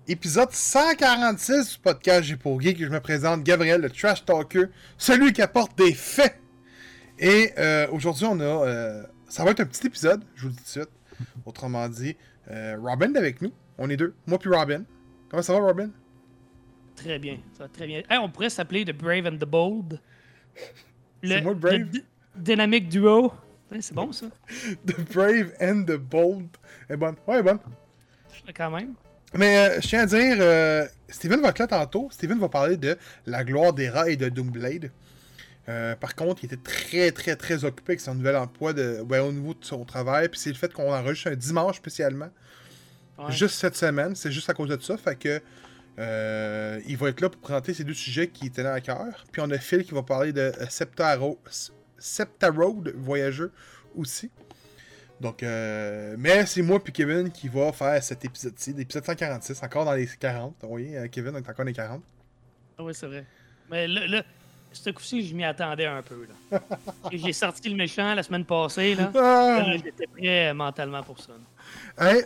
Épisode 146 du podcast J'ai pour Geek, que je me présente Gabriel, le Trash Talker, celui qui apporte des faits. Et aujourd'hui, on a... ça va être un petit épisode, je vous le dis tout de suite. Autrement dit, Robin est avec nous. On est deux, moi puis Robin. Comment ça va, Robin? Très bien, ça va très bien. Hey, on pourrait s'appeler The Brave and the Bold. C'est moi le Brave? Le Dynamic Duo. Ouais, c'est bon, ça. The Brave and the Bold. Elle est bonne. Ouais, elle est bonne. Quand même. Mais je tiens à dire, Steven va être là tantôt. Steven va parler de la gloire des rats et de Doomblade. Par contre, il était très occupé avec son nouvel emploi au niveau de son travail. Puis c'est le fait qu'on enregistre un dimanche spécialement. Ouais. Juste cette semaine. C'est juste à cause de ça. Fait que il va être là pour présenter ces deux sujets qui tenaient à cœur. Puis on a Phil qui va parler de Septa Road Voyageur aussi. Donc, mais c'est moi puis Kevin qui va faire cet épisode-ci, l'épisode 146, encore dans les 40. Oui, Kevin est encore dans les 40. Ah oui, c'est vrai. Mais là, ce coup-ci, je m'y attendais un peu. Là. J'ai sorti le méchant la semaine passée. Là. Là, j'étais prêt mentalement pour ça. Hey,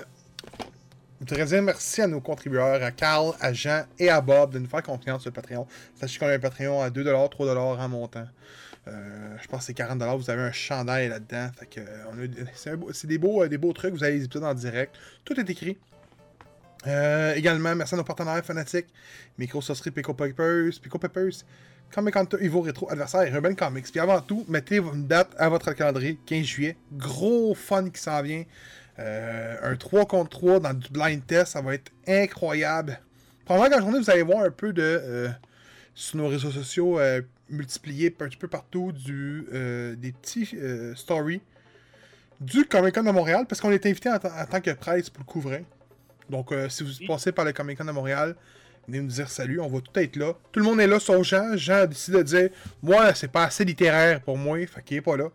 je voudrais dire merci à nos contributeurs, à Carl, à Jean et à Bob de nous faire confiance sur le Patreon. Sachez qu'on a un Patreon à 2$, 3$ en montant. Je pense que c'est 40$, vous avez un chandail là-dedans. Fait que, c'est des beaux trucs, vous avez les épisodes en direct. Tout est écrit. Également, merci à nos partenaires fanatiques. Microsaucerie Pico Peppers, Comic Hunter Evo Retro Adversaire et Rebel Comics. Puis avant tout, mettez une date à votre calendrier, 15 juillet. Gros fun qui s'en vient. Un 3 contre 3 dans du blind test, ça va être incroyable. Pendant la journée, vous allez voir un peu de sur nos réseaux sociaux multipliés un petit peu partout des petits stories du Comic Con de Montréal, parce qu'on est invité en tant que presse pour le couvrir. Donc, si vous passez par le Comic Con de Montréal, venez nous dire salut, on va tout être là. Tout le monde est là, sauf Jean. Jean a décidé de dire moi, c'est pas assez littéraire pour moi, fait qu'il est pas là.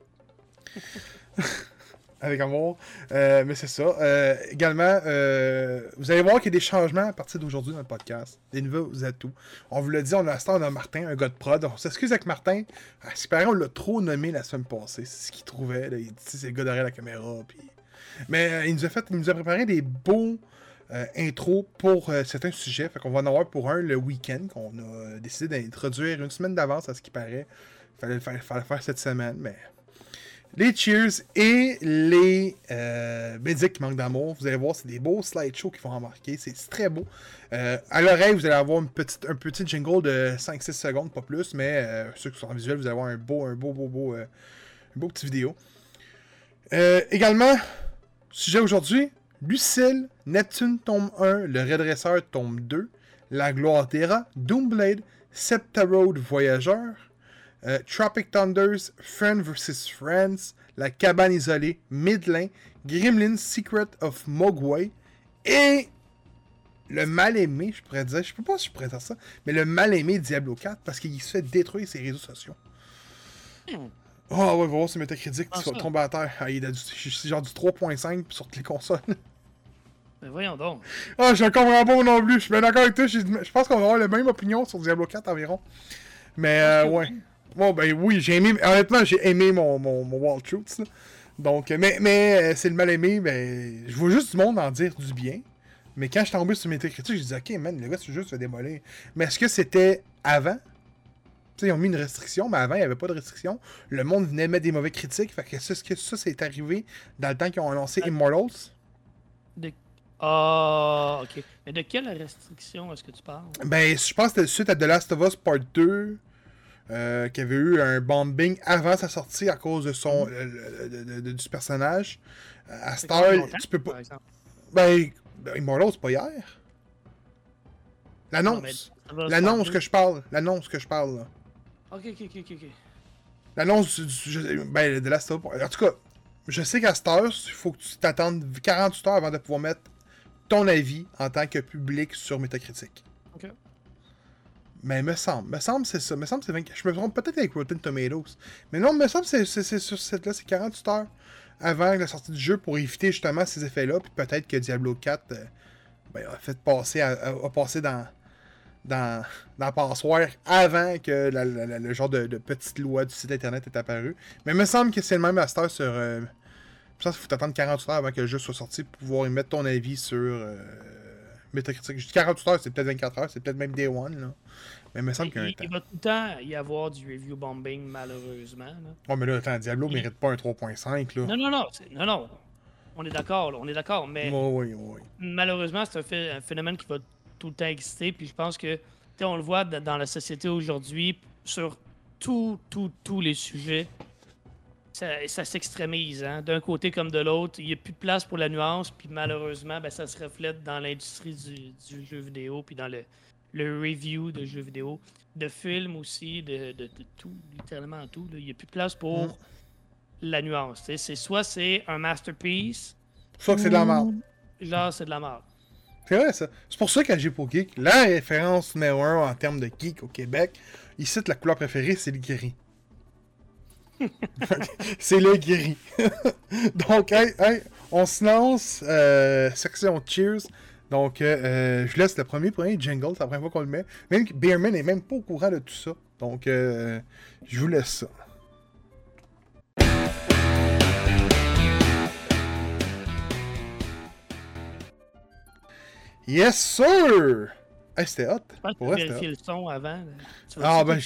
Avec amour. Mais c'est ça. Également, vous allez voir qu'il y a des changements à partir d'aujourd'hui dans le podcast. Des nouveaux atouts. On vous l'a dit, on a Martin, un gars de prod. On s'excuse avec Martin. À ce qui paraît, on l'a trop nommé la semaine passée. C'est ce qu'il trouvait. Là. Il dit c'est le gars derrière la caméra. Puis... Mais il nous a préparé des beaux intros pour certains sujets. Fait qu'on va en avoir pour un le week-end qu'on a décidé d'introduire une semaine d'avance à ce qui paraît. Fallait le faire cette semaine, mais... Les cheers et les médics qui manquent d'amour. Vous allez voir, c'est des beaux slideshows qui vont remarquer. C'est très beau. À l'oreille, vous allez avoir un petit jingle de 5-6 secondes, pas plus. Mais ceux qui sont en visuel, vous allez avoir un beau petit vidéo. Également, sujet aujourd'hui, Lucille, Neptune tome 1, le redresseur tome 2, La gloire des rats, Doomblade, Septa Road Voyageur, Tropic Thunders, Friend vs. Friends, La cabane isolée, Midlin, Gremlin Secret of Mogwai et le mal-aimé, je pourrais dire, je sais pas si je pourrais dire ça, mais le mal-aimé Diablo 4 parce qu'il se fait détruire ses réseaux sociaux. Oh ouais, voilà, c'est Metacritic qui tombe à terre. Ah, il a c'est genre du 3.5 sur toutes les consoles. Mais voyons donc. Ah, je comprends pas non plus, je suis bien d'accord avec toi, je pense qu'on va avoir la même opinion sur Diablo 4 environ. Mais ouais. Bon, ben oui, honnêtement, j'ai aimé mon Wall Truths, là. Donc, mais c'est le mal aimé, ben, je vois juste du monde en dire du bien. Mais quand je suis tombé sur mes critiques, je disais, ok, man, le gars, c'est juste se démolir. Mais est-ce que c'était avant? Tu sais, ils ont mis une restriction, mais avant, il n'y avait pas de restriction. Le monde venait mettre des mauvais critiques. Fait que est-ce que ça, c'est arrivé dans le temps qu'ils ont annoncé Immortals? Ah, ok. Mais de quelle restriction est-ce que tu parles? Ben, je pense que c'était suite à The Last of Us Part 2. Qui avait eu un bombing avant sa sortie à cause de son du personnage. À Star, tu peux pas. Ben, Immortal, c'est pas hier. L'annonce. L'annonce que je parle. L'annonce que je parle, là. Ok. L'annonce ben, de la Star. En tout cas, je sais qu'à Star, il faut que tu t'attendes 48 heures avant de pouvoir mettre ton avis en tant que public sur Metacritic. Ok. Mais me semble c'est ça. Me semble c'est 20... Je me trompe peut-être avec Rotten Tomatoes. Mais non, me semble c'est sur cette là, c'est 48 heures avant la sortie du jeu pour éviter justement ces effets-là. Puis peut-être que Diablo 4 a fait passer a passé dans passoire avant que le genre de petite loi du site internet est apparu. Mais me semble que c'est le même master sur. Je pense qu'il faut attendre 48 heures avant que le jeu soit sorti pour pouvoir y mettre ton avis sur Metacritic. Je dis 48 heures, c'est peut-être 24 heures, c'est peut-être même Day One, là. Mais il me semble qu'il y a un temps. Il va tout le temps y avoir du review bombing, malheureusement. Là. Oh, mais là, attends, Diablo mérite pas un 3.5, là. Non. On est d'accord, là, on est d'accord. Mais Oui. malheureusement, c'est un phénomène qui va tout le temps exister. Puis je pense que, on le voit dans la société aujourd'hui, sur tous les sujets, ça s'extrémise. Hein? D'un côté comme de l'autre, il n'y a plus de place pour la nuance. Puis malheureusement, ça se reflète dans l'industrie du jeu vidéo, puis dans le review de jeux vidéo, de films aussi, de tout, littéralement tout. Il n'y a plus de place pour la nuance. Soit c'est un masterpiece, Soit que c'est de la merde. Genre, c'est de la merde. C'est vrai, ça. C'est pour ça qu'à Pour Geek, la référence numéro 1 en termes de geek au Québec, il cite la couleur préférée, c'est le gris. C'est le gris. Donc, hey, on se lance. Section Cheers. Donc, je laisse le premier jingle, c'est la première fois qu'on le met. Même que Beerman n'est même pas au courant de tout ça. Donc, je vous laisse ça. Yes, sir! Hey, c'était hot. Je pense que tu vérifié le son avant. Ah, ben,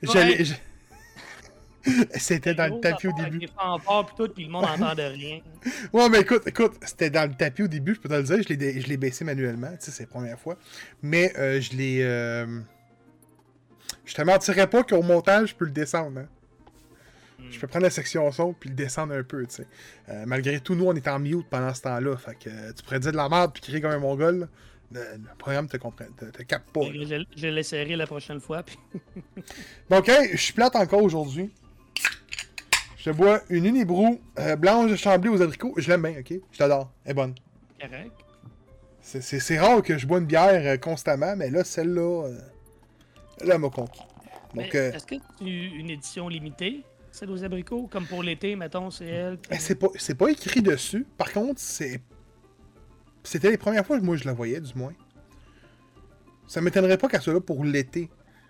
c'était dans le tapis au début. Avec fanfares pis tout, pis le monde n'entendait rien. Ouais, mais écoute, c'était dans le tapis au début, je peux te le dire, je l'ai baissé manuellement, tu sais, c'est la première fois. Mais je l'ai... Je te mentirais pas qu'au montage, je peux le descendre, hein. Je peux prendre la section son puis le descendre un peu, tu sais. Malgré tout, nous, on est en mute pendant ce temps-là, fait que tu pourrais dire de la merde puis crier comme un mongol, le programme te comprend, te capte pas. Je l'essaierai la prochaine fois, puis... Donc, hey, je suis plate encore aujourd'hui. Je bois une Unibroue blanche de Chambly aux abricots. Je l'aime bien, ok? Je l'adore. Elle est bonne. Correct. C'est rare que je bois une bière constamment, mais là, celle-là, elle m'a conquis. Donc, est-ce que tu une édition limitée, celle aux abricots? Comme pour l'été, mettons, c'est elle? C'est pas écrit dessus. Par contre, c'était les premières fois que moi je la voyais, du moins. Ça m'étonnerait pas qu'elle soit là pour l'été.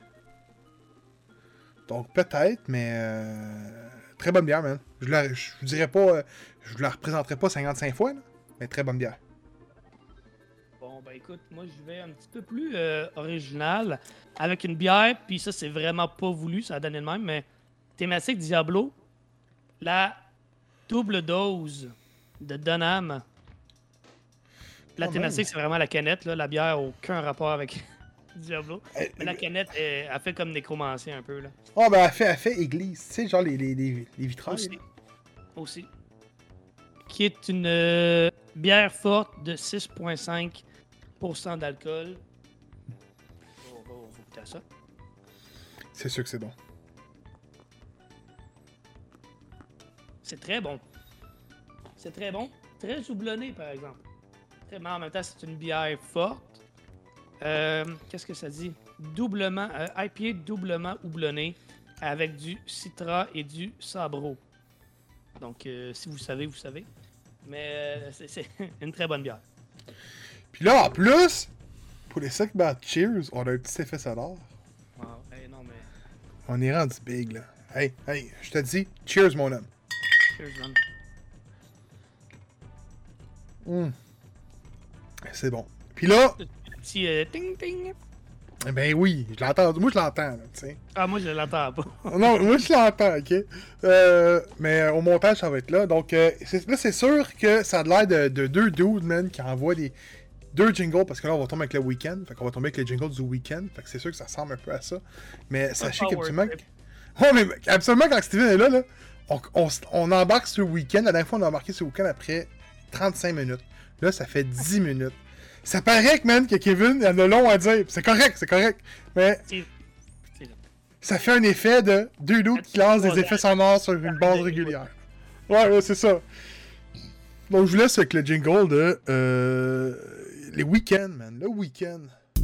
Donc, peut-être, mais... Très bonne bière, man. Je dirais pas... je la représenterais pas 55 fois, là, mais très bonne bière. Bon, ben écoute, moi je vais un petit peu plus original avec une bière, puis ça c'est vraiment pas voulu, ça a donné le même, mais thématique Diablo, la double dose de Dunham. La thématique c'est vraiment la canette, là, la bière n'a aucun rapport avec Diablo. Mais la canette, elle fait comme nécromancie un peu, là. Oh, ben elle fait église, tu sais, genre les vitrages. Aussi. Qui est une bière forte de 6,5% d'alcool. On va goûter à ça. C'est sûr que c'est bon. C'est très bon. C'est très bon. Très houblonné, par exemple. Mais en même temps, c'est une bière forte. Qu'est-ce que ça dit? IPA doublement houblonné avec du Citra et du Sabro. Donc, si vous savez, vous savez. Mais c'est une très bonne bière. Puis là, en plus, pour les segments Cheers, on a un petit effet sonore. Ah, non, mais... On est rendu big, là. Hey, je te dis, cheers, mon homme. Cheers, man. C'est bon. Puis là... Le petit ting-ting. Ben oui, je l'entends. Moi, je l'entends, là, tu sais. Ah, moi, je l'entends pas. Non, moi, je l'entends, OK? Mais au montage, ça va être là. Donc, là, c'est sûr que ça a l'air de deux dudes, man, qui envoient deux jingles, parce que là, on va tomber avec le week-end. Fait qu'on va tomber avec les jingles du week-end. Fait que c'est sûr que ça ressemble un peu à ça. Mais sachez qu'habituellement... Ouais, mais absolument, quand Steven est là, on embarque sur le week-end. La dernière fois, on a embarqué sur le week-end après 35 minutes. Là, ça fait 10 minutes. Ça paraît que, man, que Kevin, il en a long à dire. C'est correct. Mais ça fait un effet de deux dudes qui lancent des effets sonores sur une base régulière. Ouais, c'est ça. Donc, je vous laisse avec le jingle de les week-ends, man. Le week-end.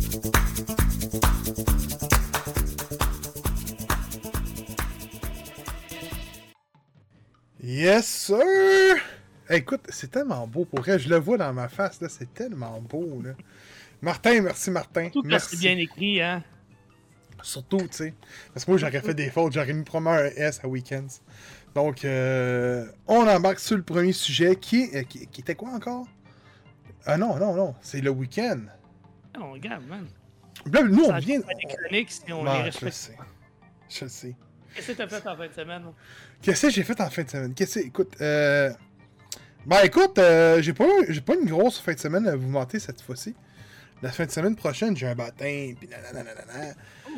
Yes, sir! Hey, écoute, c'est tellement beau pour vrai. Je le vois dans ma face, là. C'est tellement beau, là. Martin, merci, Martin. Surtout que c'est bien écrit, hein. Surtout, tu sais. Parce que moi, j'aurais fait des fautes. J'aurais mis probablement un S à Weekends. Donc, on embarque sur le premier sujet qui était quoi encore? Ah non. C'est le week-end. Non, regarde, man. Là, nous, on Ça vient. fait des chroniques si on Ouais, les je respecte. sais. Je sais. Qu'est-ce que t'as fait en fin de semaine? Qu'est-ce que j'ai fait en fin de semaine? Écoute, écoute, j'ai pas une grosse fin de semaine à vous mentir cette fois-ci. La fin de semaine prochaine, j'ai un baptême, pis nanana.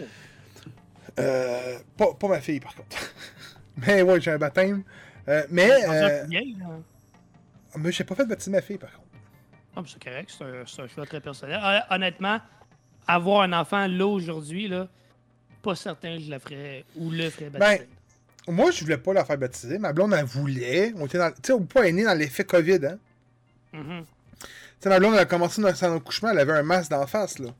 Pas ma fille, par contre. Mais ouais, j'ai un baptême. Mais j'ai pas fait de baptême ma fille, par contre. Ah, c'est correct, c'est un choix très personnel. Honnêtement, avoir un enfant là aujourd'hui, là, pas certain que je la ferais ou le ferais baptiser. Moi, je voulais pas la faire baptiser. Ma blonde, elle voulait. On était dans. Tu sais, pas est né dans l'effet COVID, hein. Mm-hmm. Tu sais, ma blonde, elle a commencé dans son accouchement, elle avait un masque d'en face, là.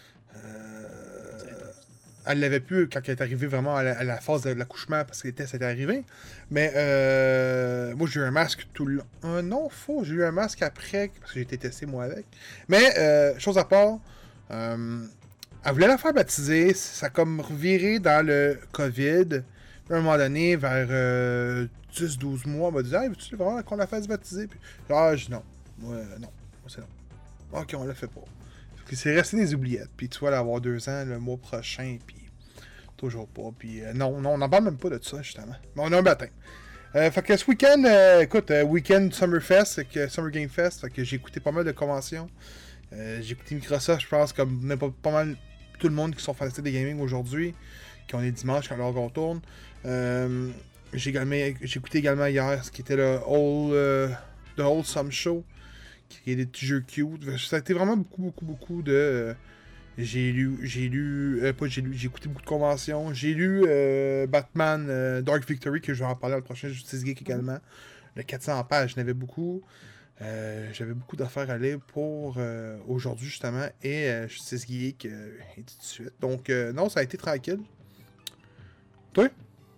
Elle l'avait plus quand elle est arrivée vraiment à la phase de l'accouchement parce que les tests étaient arrivés. Mais moi, j'ai eu un masque tout le long. Non, faux. J'ai eu un masque après parce que j'ai été testé moi avec. Mais, chose à part, elle voulait la faire baptiser. Ça a comme reviré dans le COVID. Puis, à un moment donné, vers 10-12 mois, elle m'a dit hey, veux-tu vraiment qu'on la fasse baptiser? Puis, je dis non. Moi, non. Moi, c'est non. Ok, on la fait pas. C'est resté des oubliettes. Puis tu vas l'avoir 2 ans le mois prochain. Puis toujours pas. Puis non, on n'en parle même pas de ça, justement. Mais on a un baptême. Fait que ce week-end, écoute, week-end Summer Game Fest. Fait que j'ai écouté pas mal de conventions. J'ai écouté Microsoft, je pense, comme pas mal tout le monde qui sont fanatiques des gaming aujourd'hui. Qui ont les dimanches quand l'heure tourne. J'ai écouté également hier ce qui était le The Wholesome Show. Qui est des petits jeux cute. Ça a été vraiment beaucoup de. J'ai écouté beaucoup de conventions. J'ai lu Batman Dark Victory, que je vais en parler dans le prochain Justice Geek également. Le 400 pages, j'en avais beaucoup. J'avais beaucoup d'affaires à lire pour aujourd'hui, justement. Et Justice Geek, et tout de suite. Donc, non, ça a été tranquille. Toi?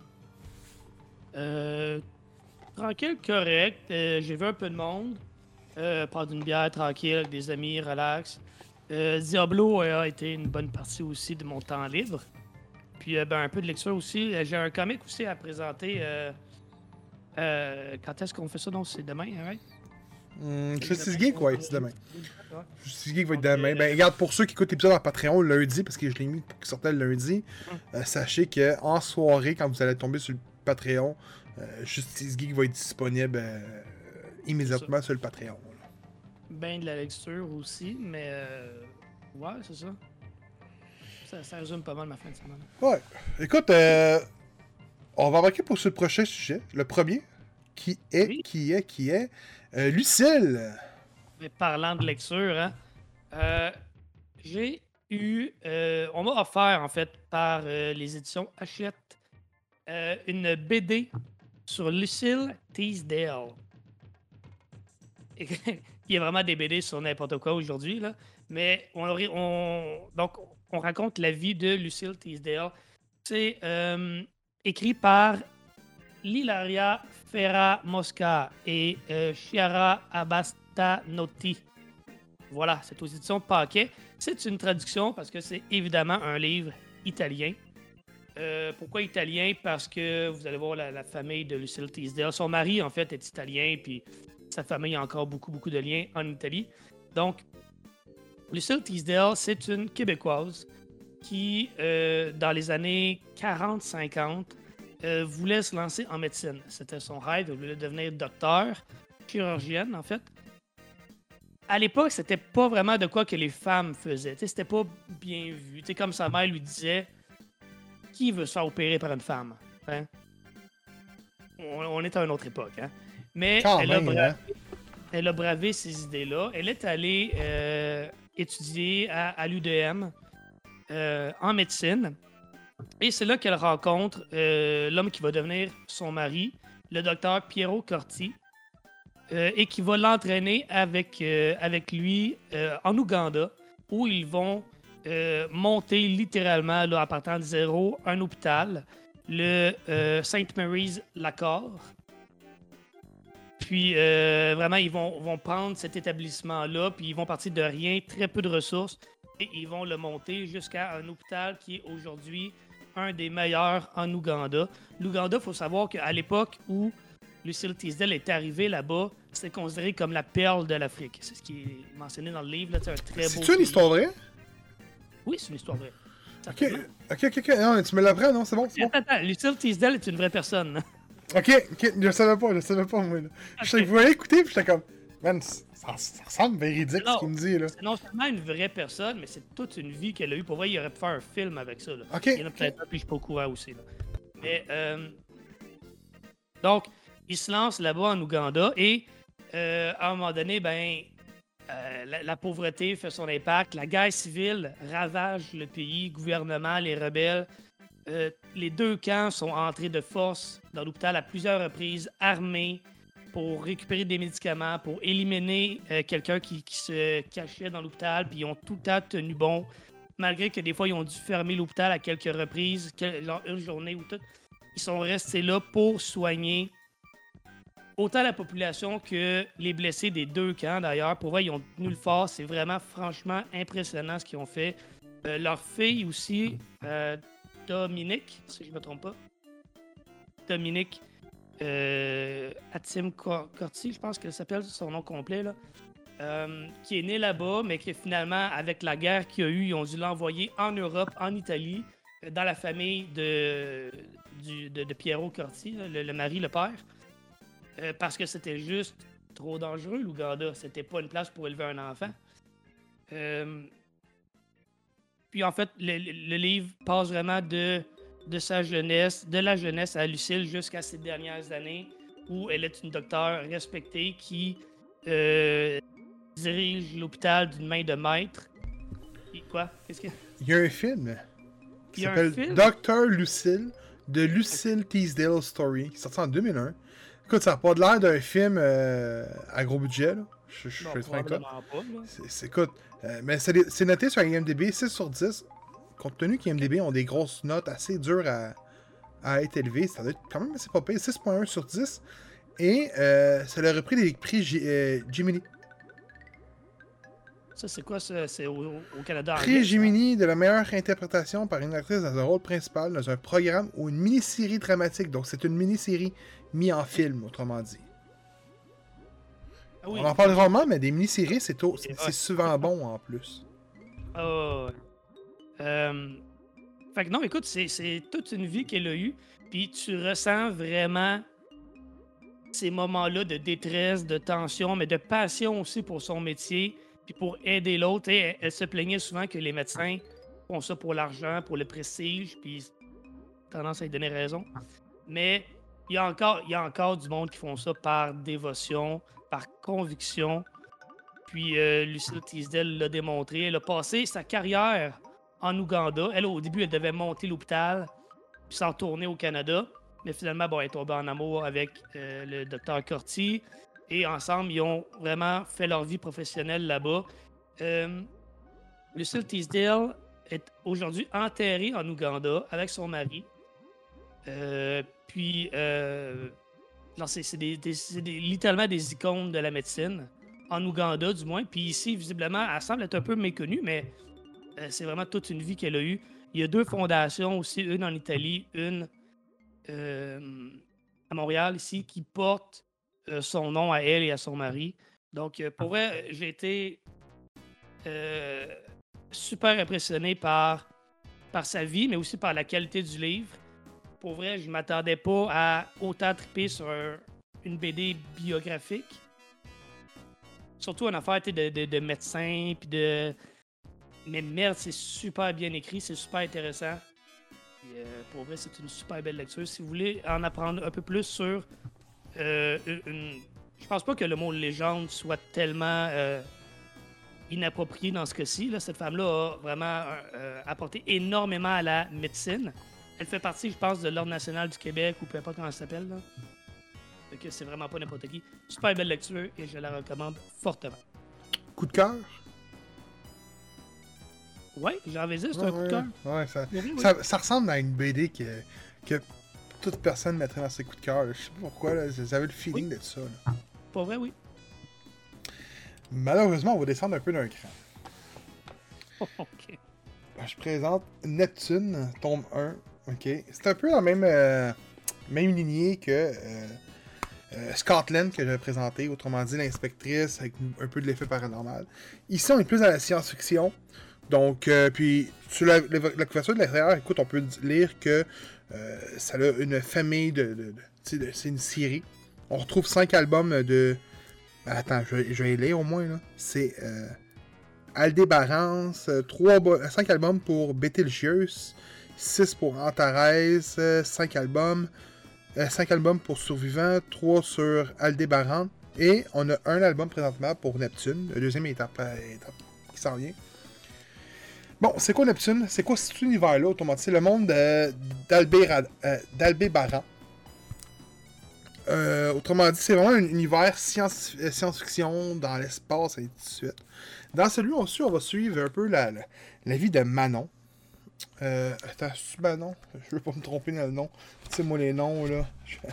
Tranquille, correct. J'ai vu un peu de monde. Prendre une bière tranquille avec des amis, relax. Diablo a été une bonne partie aussi de mon temps libre. Puis un peu de lecture aussi. J'ai un comic aussi à présenter. Quand est-ce qu'on fait ça? Donc c'est demain, hein? Justice Geek, ouais, c'est demain. Justice Geek va être demain. Regarde, pour ceux qui écoutent l'épisode en Patreon le lundi, parce que je l'ai mis pour qu'il sortait le lundi, sachez qu'en soirée, quand vous allez tomber sur le Patreon, Justice Geek va être disponible immédiatement sur le Patreon. Ben de la lecture aussi, mais ouais, c'est ça. Ça résume pas mal ma fin de semaine. Ouais. Écoute, on va embarquer pour ce prochain sujet. Le premier, qui est Lucille. Mais parlant de lecture, hein, j'ai eu... on m'a offert, en fait, par les éditions Hachette, une BD sur Lucille Teasdale. Il y a vraiment des BD sur n'importe quoi aujourd'hui, là. Mais donc, on raconte la vie de Lucille Teasdale. C'est écrit par Lilaria Ferra Mosca et Chiara Abastanotti. Voilà, c'est aux éditions Paquet. C'est une traduction parce que c'est évidemment un livre italien. Pourquoi italien? Parce que vous allez voir la famille de Lucille Teasdale. Son mari, en fait, est italien, puis sa famille a encore beaucoup de liens en Italie. Donc, Lucille Teasdale, c'est une Québécoise qui, dans les années 40-50, voulait se lancer en médecine. C'était son rêve, elle voulait devenir docteur, chirurgienne, en fait. À l'époque, c'était pas vraiment de quoi que les femmes faisaient. T'sais, c'était pas bien vu. T'sais, comme sa mère lui disait, qui veut se faire opérer par une femme? Hein? On est à une autre époque, hein? Mais elle a bravé ces idées-là. Elle est allée étudier à l'UDM en médecine. Et c'est là qu'elle rencontre l'homme qui va devenir son mari, le docteur Piero Corti, et qui va l'entraîner avec lui en Ouganda, où ils vont monter littéralement, là, en partant de zéro, un hôpital, le St. Mary's Lacor. Puis, vraiment, ils vont prendre cet établissement-là, puis ils vont partir de rien, très peu de ressources, et ils vont le monter jusqu'à un hôpital qui est aujourd'hui un des meilleurs en Ouganda. L'Ouganda, il faut savoir qu'à l'époque où Lucille Teasdale est arrivée là-bas, c'est considéré comme la perle de l'Afrique. C'est ce qui est mentionné dans le livre. C'est un très beau C'est-tu une pays. histoire vraie? Oui, c'est une histoire vraie. Ok. Non, tu me l'apprends, non? C'est bon? Attends. Lucille Teasdale est une vraie personne. Ok, je savais pas, moi. Là. Je sais que vous allez écouter, puis j'étais comme, man, ça ressemble véridique ce qu'il me dit, là. C'est non seulement une vraie personne, mais c'est toute une vie qu'elle a eue. Pour vrai, il aurait pu faire un film avec ça. Là. Ok. Il y en a peut-être un, puis je suis pas au courant aussi. Là. Mais, donc, il se lance là-bas en Ouganda et, à un moment donné, la pauvreté fait son impact. La guerre civile ravage le pays, le gouvernement, les rebelles. Les deux camps sont entrés de force dans l'hôpital à plusieurs reprises, armés, pour récupérer des médicaments, pour éliminer quelqu'un qui se cachait dans l'hôpital, puis ils ont tout le temps tenu bon, malgré que des fois, ils ont dû fermer l'hôpital à quelques reprises, genre une journée ou tout. Ils sont restés là pour soigner autant la population que les blessés des deux camps, d'ailleurs. Pour vrai, ils ont tenu le fort. C'est vraiment, franchement, impressionnant ce qu'ils ont fait. Leur fille aussi, Dominique, si je ne me trompe pas. Dominique Atim Corti, je pense qu'elle s'appelle son nom complet, là. Qui est née là-bas, mais qui finalement, avec la guerre qu'il y a eu, ils ont dû l'envoyer en Europe, en Italie, dans la famille de Piero Corti, là, le mari, le père. Parce que c'était juste trop dangereux, l'Ouganda. C'était pas une place pour élever un enfant. Puis en fait, le livre passe vraiment de sa jeunesse, de la jeunesse à Lucille jusqu'à ses dernières années, où elle est une docteure respectée qui dirige l'hôpital d'une main de maître. Et quoi? Qu'est-ce que... Il y a un film qui Il y a un s'appelle film? Dr. Lucille, de Lucille Teasdale Story, qui est sorti en 2001. Écoute, ça n'a pas l'air d'un film à gros budget, là. Je suis franc avec toi. Probablement pas, là. Écoute, mais c'est noté sur IMDb 6 sur 10. Compte tenu qu'IMDb ont des grosses notes assez dures à être élevées, ça doit être quand même assez pas pire. 6.1 sur 10. Et ça a repris des prix Gemini. Ça, c'est quoi, ça? C'est au Canada anglais, Prix ça? Gemini de la meilleure interprétation par une actrice dans un rôle principal dans un programme ou une mini-série dramatique. Donc, c'est une mini-série mise en film, autrement dit. Ah oui. On en parle rarement, mais des mini-séries, c'est Ouais. souvent bon en plus. Ah, ouais. Fait que non, écoute, c'est toute une vie qu'elle a eue. Puis tu ressens vraiment ces moments-là de détresse, de tension, mais de passion aussi pour son métier, puis pour aider l'autre. Elle se plaignait souvent que les médecins font ça pour l'argent, pour le prestige, puis tendance à lui donner raison. Mais il y a encore du monde qui font ça par dévotion, par conviction. Puis Lucille Teasdale l'a démontré. Elle a passé sa carrière en Ouganda. Elle, au début, elle devait monter l'hôpital puis s'en tourner au Canada. Mais finalement, bon, elle est tombée en amour avec le docteur Corti. Et ensemble, ils ont vraiment fait leur vie professionnelle là-bas. Lucille Teasdale est aujourd'hui enterrée en Ouganda avec son mari. Non, c'est littéralement des icônes de la médecine, en Ouganda du moins. Puis ici, visiblement, elle semble être un peu méconnue, mais c'est vraiment toute une vie qu'elle a eue. Il y a 2 fondations aussi, une en Italie, une à Montréal ici, qui portent son nom à elle et à son mari. Donc, pour vrai, j'ai été super impressionné par sa vie, mais aussi par la qualité du livre. Pour vrai, je m'attendais pas à autant triper sur une BD biographique. Surtout une affaire de médecin, puis de... Mais merde, c'est super bien écrit, c'est super intéressant. Puis, pour vrai, c'est une super belle lecture. Si vous voulez en apprendre un peu plus sur Je pense pas que le mot légende soit tellement inapproprié dans ce cas-ci. Là. Cette femme-là a vraiment apporté énormément à la médecine. Elle fait partie, je pense, de l'Ordre national du Québec, ou peu importe comment elle s'appelle. Là. Fait que c'est vraiment pas n'importe qui. Super belle lecture et je la recommande fortement. Coup de cœur? Ouais, j'en vais dire, c'est un coup de cœur. Ouais, Oui. ça ressemble à une BD que toute personne mettrait dans ses coups de cœur. Je sais pas pourquoi, là, j'avais le feeling de ça. Là. Pas vrai, oui. Malheureusement, on va descendre un peu d'un cran. OK. Je présente Neptune, tome 1. OK. C'est un peu la même lignée que Scotland, que j'avais présenté, autrement dit l'inspectrice, avec un peu de l'effet paranormal. Ici, on est plus dans la science-fiction. Donc, puis, sur la couverture de l'extérieur, écoute, on peut lire que ça a une famille c'est une série. On retrouve 5 albums de... Attends, je vais les lire au moins, là. C'est Aldébarance, 5 albums pour Betelgeuse, 6 pour Antares, 5 albums... 5 albums pour Survivant, 3 sur Aldébaran, et on a un album présentement pour Neptune, le deuxième étape qui s'en vient. Bon, c'est quoi Neptune? C'est quoi cet univers-là, autrement dit? C'est le monde d'Aldébaran. Autrement dit, c'est vraiment un univers science-fiction dans l'espace, et ainsi de suite. Dans celui-ci, on va suivre un peu la vie de Manon. Attends, c'est Manon? Je veux pas me tromper dans le nom. Tu sais, moi, les noms, là.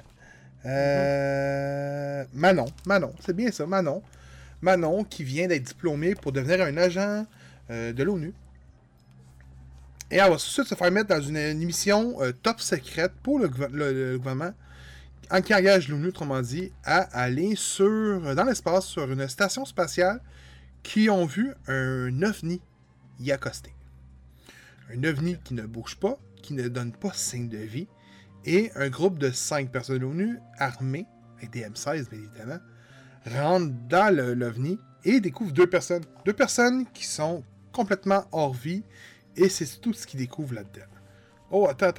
Manon, c'est bien ça, Manon. Manon, qui vient d'être diplômée pour devenir un agent de l'ONU. Et elle va tout de suite se faire mettre dans une émission top secrète pour le gouvernement, qui engage l'ONU, autrement dit, à aller dans l'espace, sur une station spatiale, qui ont vu un ovni y accoster. Un ovni qui ne bouge pas, qui ne donne pas signe de vie, et un groupe de 5 personnes de l'ONU, armées, avec des M16 bien évidemment, rentrent dans l'ovni et découvrent 2 personnes. 2 personnes qui sont complètement hors vie, et c'est tout ce qu'ils découvrent là-dedans. Oh, attends.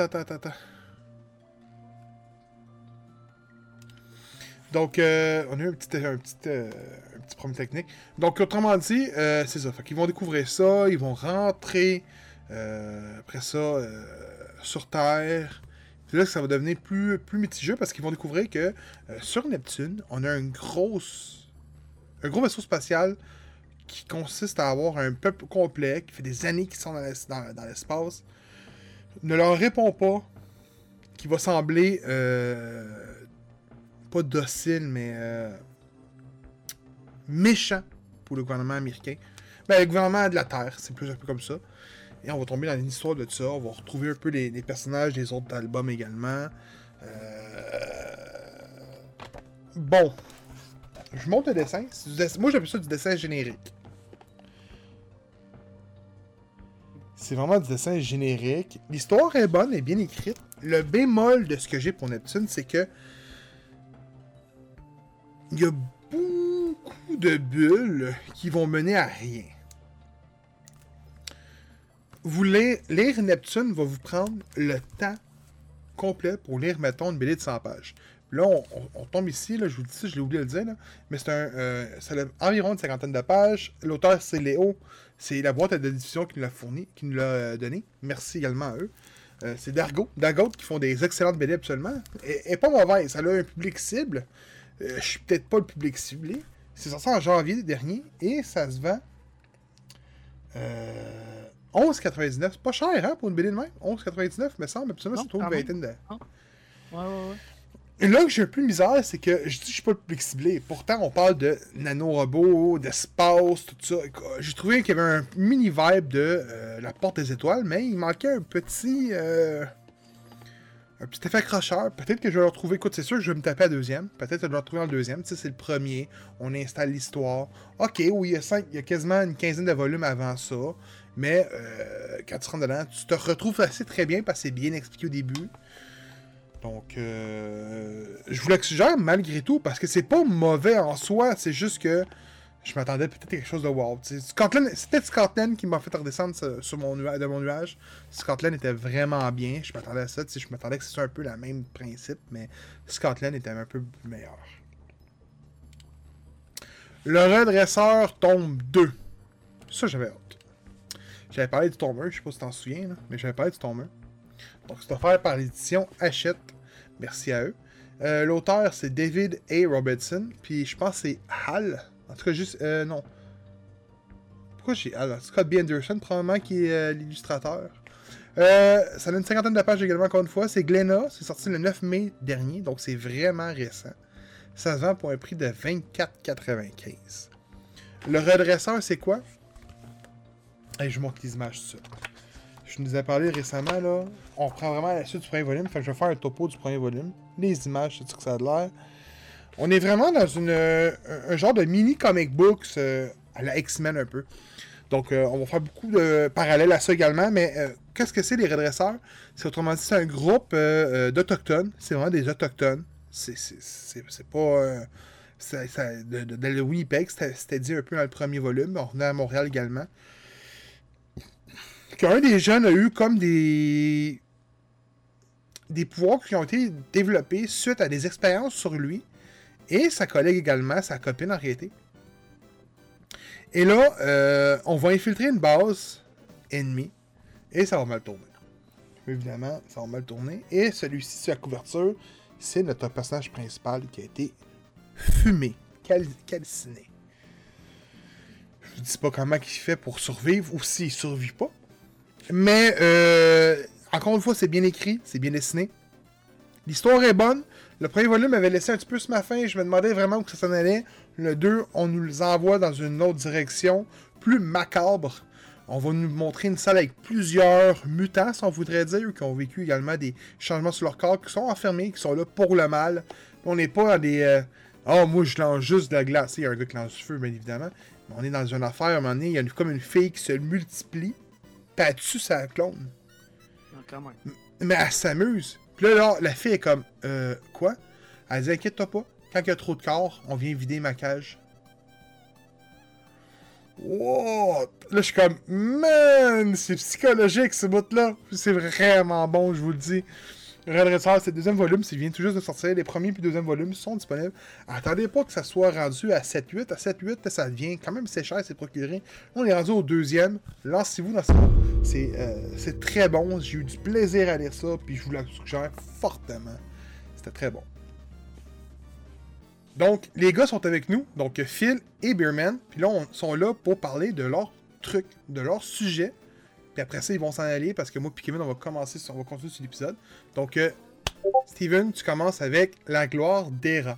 Donc, on a eu un petit problème technique. Donc, autrement dit, c'est ça. Fait qu'ils vont découvrir ça, ils vont rentrer après ça sur Terre. C'est là que ça va devenir plus mitigeux parce qu'ils vont découvrir que sur Neptune, on a un gros vaisseau spatial qui consiste à avoir un peuple complet qui fait des années qu'ils sont dans l'espace, ne leur répond pas, qui va sembler pas docile, mais méchant pour le gouvernement américain. Ben, le gouvernement de la Terre, c'est plus un peu comme ça. Et on va tomber dans une histoire de ça. On va retrouver un peu les personnages des autres albums également. Bon. Je monte le dessin. Moi, j'appelle ça du dessin générique. C'est vraiment du dessin générique. L'histoire est bonne et bien écrite. Le bémol de ce que j'ai pour Neptune, c'est que il y a beaucoup de bulles qui vont mener à rien. Vous lire Neptune va vous prendre le temps complet pour lire, mettons, une BD de 100 pages. Là, on tombe ici, là, je vous dis ça, je l'ai oublié de le dire, là, mais ça a environ une 50aine de pages. L'auteur, c'est Léo. C'est la boîte de diffusion qui nous l'a fourni, qui nous l'a donné. Merci également à eux. C'est Dagout qui font des excellentes BD absolument. Et pas mauvaise. Ça a un public cible. Je suis peut-être pas le public ciblé. C'est sorti en janvier dernier et ça se vend 11,99. C'est pas cher, hein, pour une BD de même. 11,99, me semble. Absolument, c'est trop une vingtaine de... Ouais. Et là que j'ai un peu de misère, c'est que je dis que je suis pas le public ciblé. Pourtant, on parle de nanorobots, d'espace, tout ça. J'ai trouvé qu'il y avait un mini vibe de la porte des étoiles, mais il manquait un petit effet accrocheur. Peut-être que je vais le retrouver. Écoute, c'est sûr que je vais me taper à deuxième. Peut-être que je vais le retrouver dans le deuxième. Tu sais, c'est le premier. On installe l'histoire. Ok, oui, il y a quasiment une quinzaine de volumes avant ça. Mais quand tu rentres dedans, tu te retrouves assez très bien parce que c'est bien expliqué au début. Donc, je vous l'exagère malgré tout, parce que c'est pas mauvais en soi, c'est juste que je m'attendais peut-être à quelque chose de wow. C'est peut-être Scotland qui m'a fait redescendre de mon nuage. Scotland était vraiment bien, je m'attendais à ça, je m'attendais que ce soit un peu le même principe, mais Scotland était un peu meilleur. Le redresseur tombe 2. Ça, j'avais hâte. J'avais parlé du tome 1, je sais pas si tu t'en souviens, là, mais j'avais parlé du tome 1. Donc, c'est offert par l'édition Hachette. Merci à eux. L'auteur, c'est David A. Robertson. Puis, je pense que c'est Hal. En tout cas, juste... non. Pourquoi j'ai Hal? Scott B. Anderson, probablement, qui est l'illustrateur. Ça a une 50aine de pages également, encore une fois. C'est Glénat. C'est sorti le 9 mai dernier. Donc, c'est vraiment récent. Ça se vend pour un prix de 24,95. Le redresseur, c'est quoi? Et je vous montre les images tout ça. Je nous ai parlé récemment, là. On prend vraiment la suite du premier volume. Fait que je vais faire un topo du premier volume. Les images, c'est ce que ça a l'air. On est vraiment dans un genre de mini comic books à la X-Men un peu. Donc, on va faire beaucoup de parallèles à ça également, mais qu'est-ce que c'est les redresseurs? C'est autrement dit, c'est un groupe d'Autochtones. C'est vraiment des Autochtones. C'est pas... de Winnipeg, c'était dit un peu dans le premier volume. On revenait à Montréal également. Qu'un des jeunes a eu comme des pouvoirs qui ont été développés suite à des expériences sur lui. Et sa collègue également, sa copine en réalité. Et là, on va infiltrer une base ennemie. Et ça va mal tourner. Évidemment, ça va mal tourner. Et celui-ci, sur la couverture, c'est notre personnage principal qui a été fumé, calciné. Je vous dis pas comment il fait pour survivre ou s'il survit pas. Mais, encore une fois, c'est bien écrit, c'est bien dessiné. L'histoire est bonne. Le premier volume m'avait laissé un petit peu sur ma faim. Je me demandais vraiment où ça s'en allait. Le 2, on nous les envoie dans une autre direction, plus macabre. On va nous montrer une salle avec plusieurs mutants, si on voudrait dire, qui ont vécu également des changements sur leur corps, qui sont enfermés, qui sont là pour le mal. On n'est pas dans des... moi, je lance juste de la glace. Il y a un gars qui lance du feu, bien évidemment. Mais on est dans une affaire, à un moment donné, il y a comme une fille qui se multiplie, puis elle tue sa clone. Non, quand même. Mais elle s'amuse. Puis là, la fille est comme, quoi? Elle dit, inquiète-toi pas, quand il y a trop de corps, on vient vider ma cage. What? Là, je suis comme, man, c'est psychologique ce bout-là. C'est vraiment bon, je vous le dis. Redresseur, c'est le deuxième volume, il vient tout juste de sortir. Les premiers et deuxième volumes sont disponibles. Attendez pas que ça soit rendu à 7-8. À 7-8, ça devient quand même assez cher, c'est procuré. On est rendu au deuxième. Lancez-vous dans ça. C'est très bon. J'ai eu du plaisir à lire ça, puis je vous le suggère fortement. C'était très bon. Donc, les gars sont avec nous, donc Phil et Beerman, puis là, ils sont là pour parler de leur truc, de leur sujet. Puis après ça, ils vont s'en aller parce que moi et Kevin, on va continuer sur l'épisode. Donc, Steven, tu commences avec La gloire d'Hera.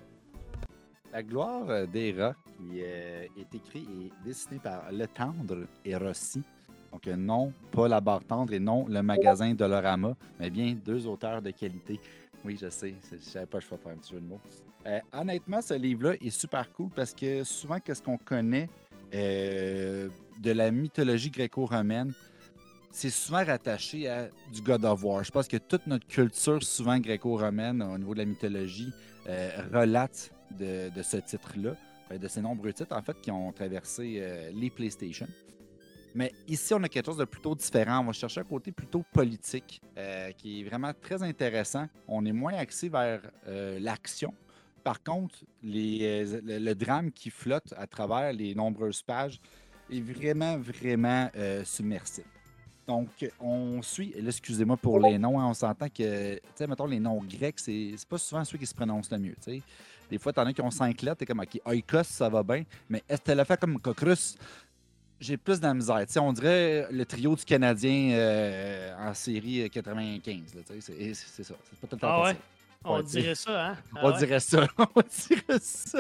La gloire d'Hera, qui est écrit et dessiné par Le Tendre et Rossi. Donc, non, pas la barre tendre et non le magasin Dolorama, mais bien deux auteurs de qualité. Oui, je sais, je savais pas que je ferais faire un petit jeu de mots. Honnêtement, ce livre-là est super cool parce que souvent, qu'est-ce qu'on connaît de la mythologie gréco-romaine, c'est souvent rattaché à du God of War. Je pense que toute notre culture, souvent gréco-romaine, au niveau de la mythologie, relate de ce titre-là, de ces nombreux titres, en fait, qui ont traversé les PlayStation. Mais ici, on a quelque chose de plutôt différent. On va chercher un côté plutôt politique, qui est vraiment très intéressant. On est moins axé vers l'action. Par contre, le drame qui flotte à travers les nombreuses pages est vraiment, vraiment submersif. Donc, on suit, là, excusez-moi pour les noms, hein, on s'entend que, tu sais, mettons, les noms grecs, c'est pas souvent ceux qui se prononcent le mieux, tu sais. Des fois, t'en as qui ont 5 lettres, t'es comme, OK, Oikos, ça va bien, mais Estelaffa comme Cocrius, j'ai plus de la misère. Tu sais, on dirait le trio du Canadien en série 95, là, tu sais, c'est ça, c'est pas tout le temps Ah ouais? facile. On Ouais, dirait ça, hein? on dirait ça. On dirait ça.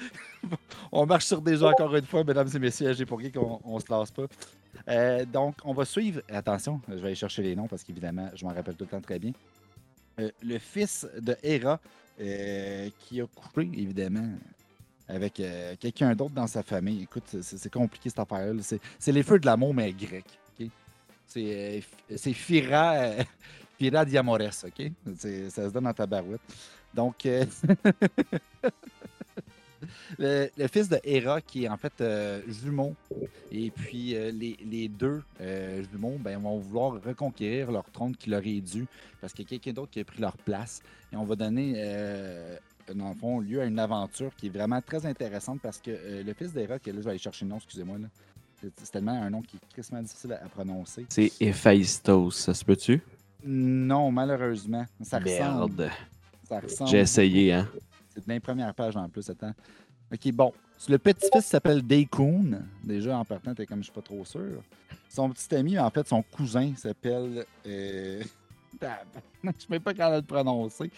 On marche sur des gens encore une fois, mesdames et messieurs, j'ai pour qui qu'on se lasse pas. Donc, on va suivre. Attention, je vais aller chercher les noms parce qu'évidemment, je m'en rappelle tout le temps très bien. Le fils de Hera, qui a couché, évidemment, avec quelqu'un d'autre dans sa famille. Écoute, c'est compliqué cette affaire-là. C'est les feux de l'amour, mais grec. Okay? C'est Fira. Pira Diamores, OK? Ça se donne dans ta barouette. Donc, le fils de Hera, qui est en fait jumeau, et puis les deux jumeaux vont vouloir reconquérir leur trône qui leur est dû, parce qu'il y a quelqu'un d'autre qui a pris leur place. Et on va donner, dans le fond, lieu à une aventure qui est vraiment très intéressante, parce que le fils d'Hera, que là, je vais aller chercher le nom, excusez-moi, là. C'est tellement un nom qui est tristement difficile à prononcer. C'est Héphaïstos, ça se peut-tu? Non, malheureusement. Ça ressemble. Merde. Ça ressemble. J'ai essayé, hein. C'est de la première page en plus. Attends. OK, bon. Le petit-fils s'appelle Daikun. Déjà, en partant, t'es comme je suis pas trop sûr. Son petit ami, en fait, son cousin s'appelle... je ne sais même pas comment le prononcer.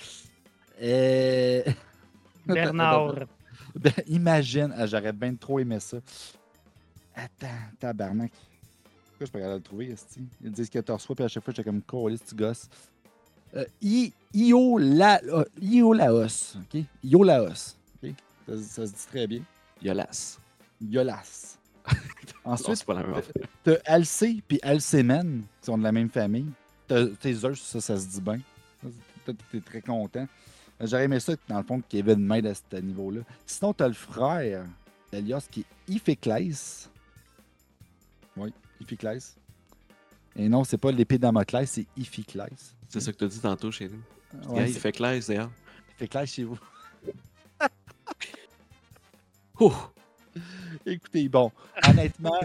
Bernard. Imagine. J'aurais bien trop aimé ça. Attends, tabarnak. Pourquoi je peux regarder le trouver, esti? Ils disent que tu reçois, puis à chaque fois, j'étais comme colis, tu gosses. Iolaos. OK? Iolaos. OK? Ça se dit très bien. Yolas. Yolas. Non, Ensuite, c'est pas la même affaire. t'as Alcé puis Alcémen, qui sont de la même famille. T'as Zeus, ça se dit bien. T'es très content. J'aurais aimé ça, dans le fond, qu'il y avait une main à ce niveau-là. Sinon, t'as le frère d'Elios qui est Iphiclès. Oui, Iphiclès. Et non, c'est pas l'épée Damoclès, c'est Iphiclès. C'est ça que tu as dit tantôt chez nous. Ouais, Il fait clair, d'ailleurs. Iphiclès chez vous. Ouh! Écoutez, bon, honnêtement,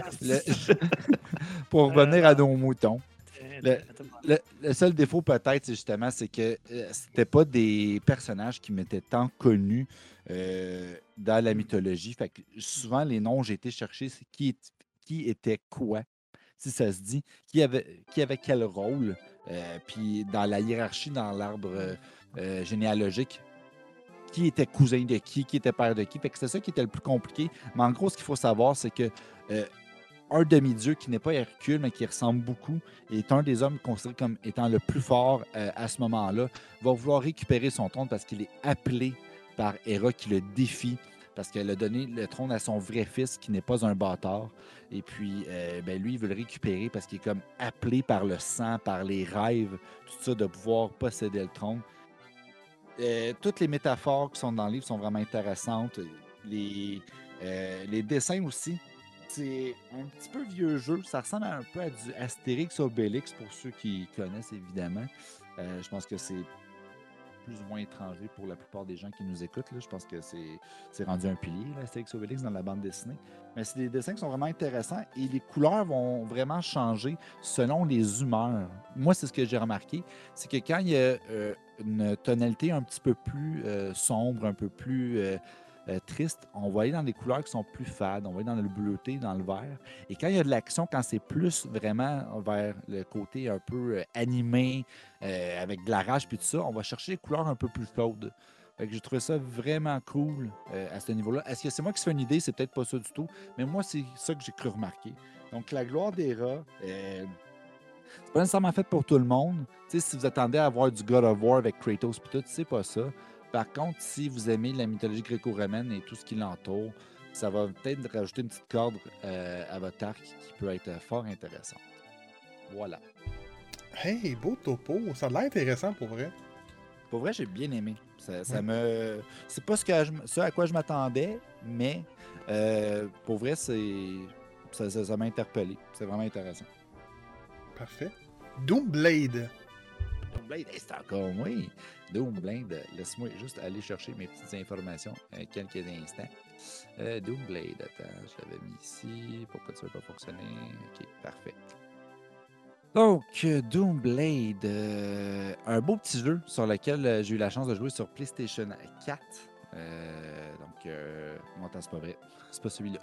pour revenir à nos moutons, le seul défaut peut-être, c'est que c'était pas des personnages qui m'étaient tant connus dans la mythologie. Fait que souvent, les noms, j'ai été chercher, c'est qui était quoi, si ça se dit, qui avait quel rôle, puis dans la hiérarchie, dans l'arbre généalogique, qui était cousin de qui était père de qui. Fait que c'est ça qui était le plus compliqué. Mais en gros, ce qu'il faut savoir, c'est que un demi-dieu qui n'est pas Hercule, mais qui ressemble beaucoup, est un des hommes considérés comme étant le plus fort à ce moment-là, va vouloir récupérer son trône parce qu'il est appelé par Héra qui le défie, parce qu'elle a donné le trône à son vrai fils qui n'est pas un bâtard. Et puis, lui, il veut le récupérer parce qu'il est comme appelé par le sang, par les rêves, tout ça, de pouvoir posséder le trône. Toutes les métaphores qui sont dans le livre sont vraiment intéressantes. Les dessins aussi. C'est un petit peu vieux jeu. Ça ressemble un peu à du Astérix Obélix pour ceux qui connaissent évidemment. Je pense que c'est plus ou moins étranger pour la plupart des gens qui nous écoutent. Là. Je pense que c'est rendu un pilier, Astérix Obélix, dans la bande dessinée. Mais c'est des dessins qui sont vraiment intéressants et les couleurs vont vraiment changer selon les humeurs. Moi, c'est ce que j'ai remarqué. C'est que quand il y a une tonalité un petit peu plus sombre, un peu plus triste, on va aller dans des couleurs qui sont plus fades, on va aller dans le bleuté, dans le vert. Et quand il y a de l'action, quand c'est plus vraiment vers le côté un peu animé, avec de la rage puis tout ça, on va chercher des couleurs un peu plus chaudes. Fait que j'ai trouvé ça vraiment cool à ce niveau-là. Est-ce que c'est moi qui se fais une idée? C'est peut-être pas ça du tout. Mais moi, c'est ça que j'ai cru remarquer. Donc, la gloire des rats, c'est pas nécessairement fait pour tout le monde. Tu sais, si vous attendez à avoir du God of War avec Kratos puis tout, c'est pas ça. Par contre, si vous aimez la mythologie gréco-romaine et tout ce qui l'entoure, ça va peut-être rajouter une petite corde à votre arc qui peut être fort intéressante. Voilà. Hey, beau topo. Ça a l'air intéressant pour vrai. Pour vrai, j'ai bien aimé. Ça me... C'est pas ce à quoi je m'attendais, mais pour vrai, ça m'a interpellé. C'est vraiment intéressant. Parfait. Doomblade. Doomblade, c'est encore moi. Doomblade, laisse-moi juste aller chercher mes petites informations quelques instants. Doomblade, attends, je l'avais mis ici. Pourquoi ça ne va pas fonctionner? Ok, parfait. Donc, Doomblade, un beau petit jeu sur lequel j'ai eu la chance de jouer sur PlayStation 4. Non, attends, c'est pas vrai. C'est pas celui-là.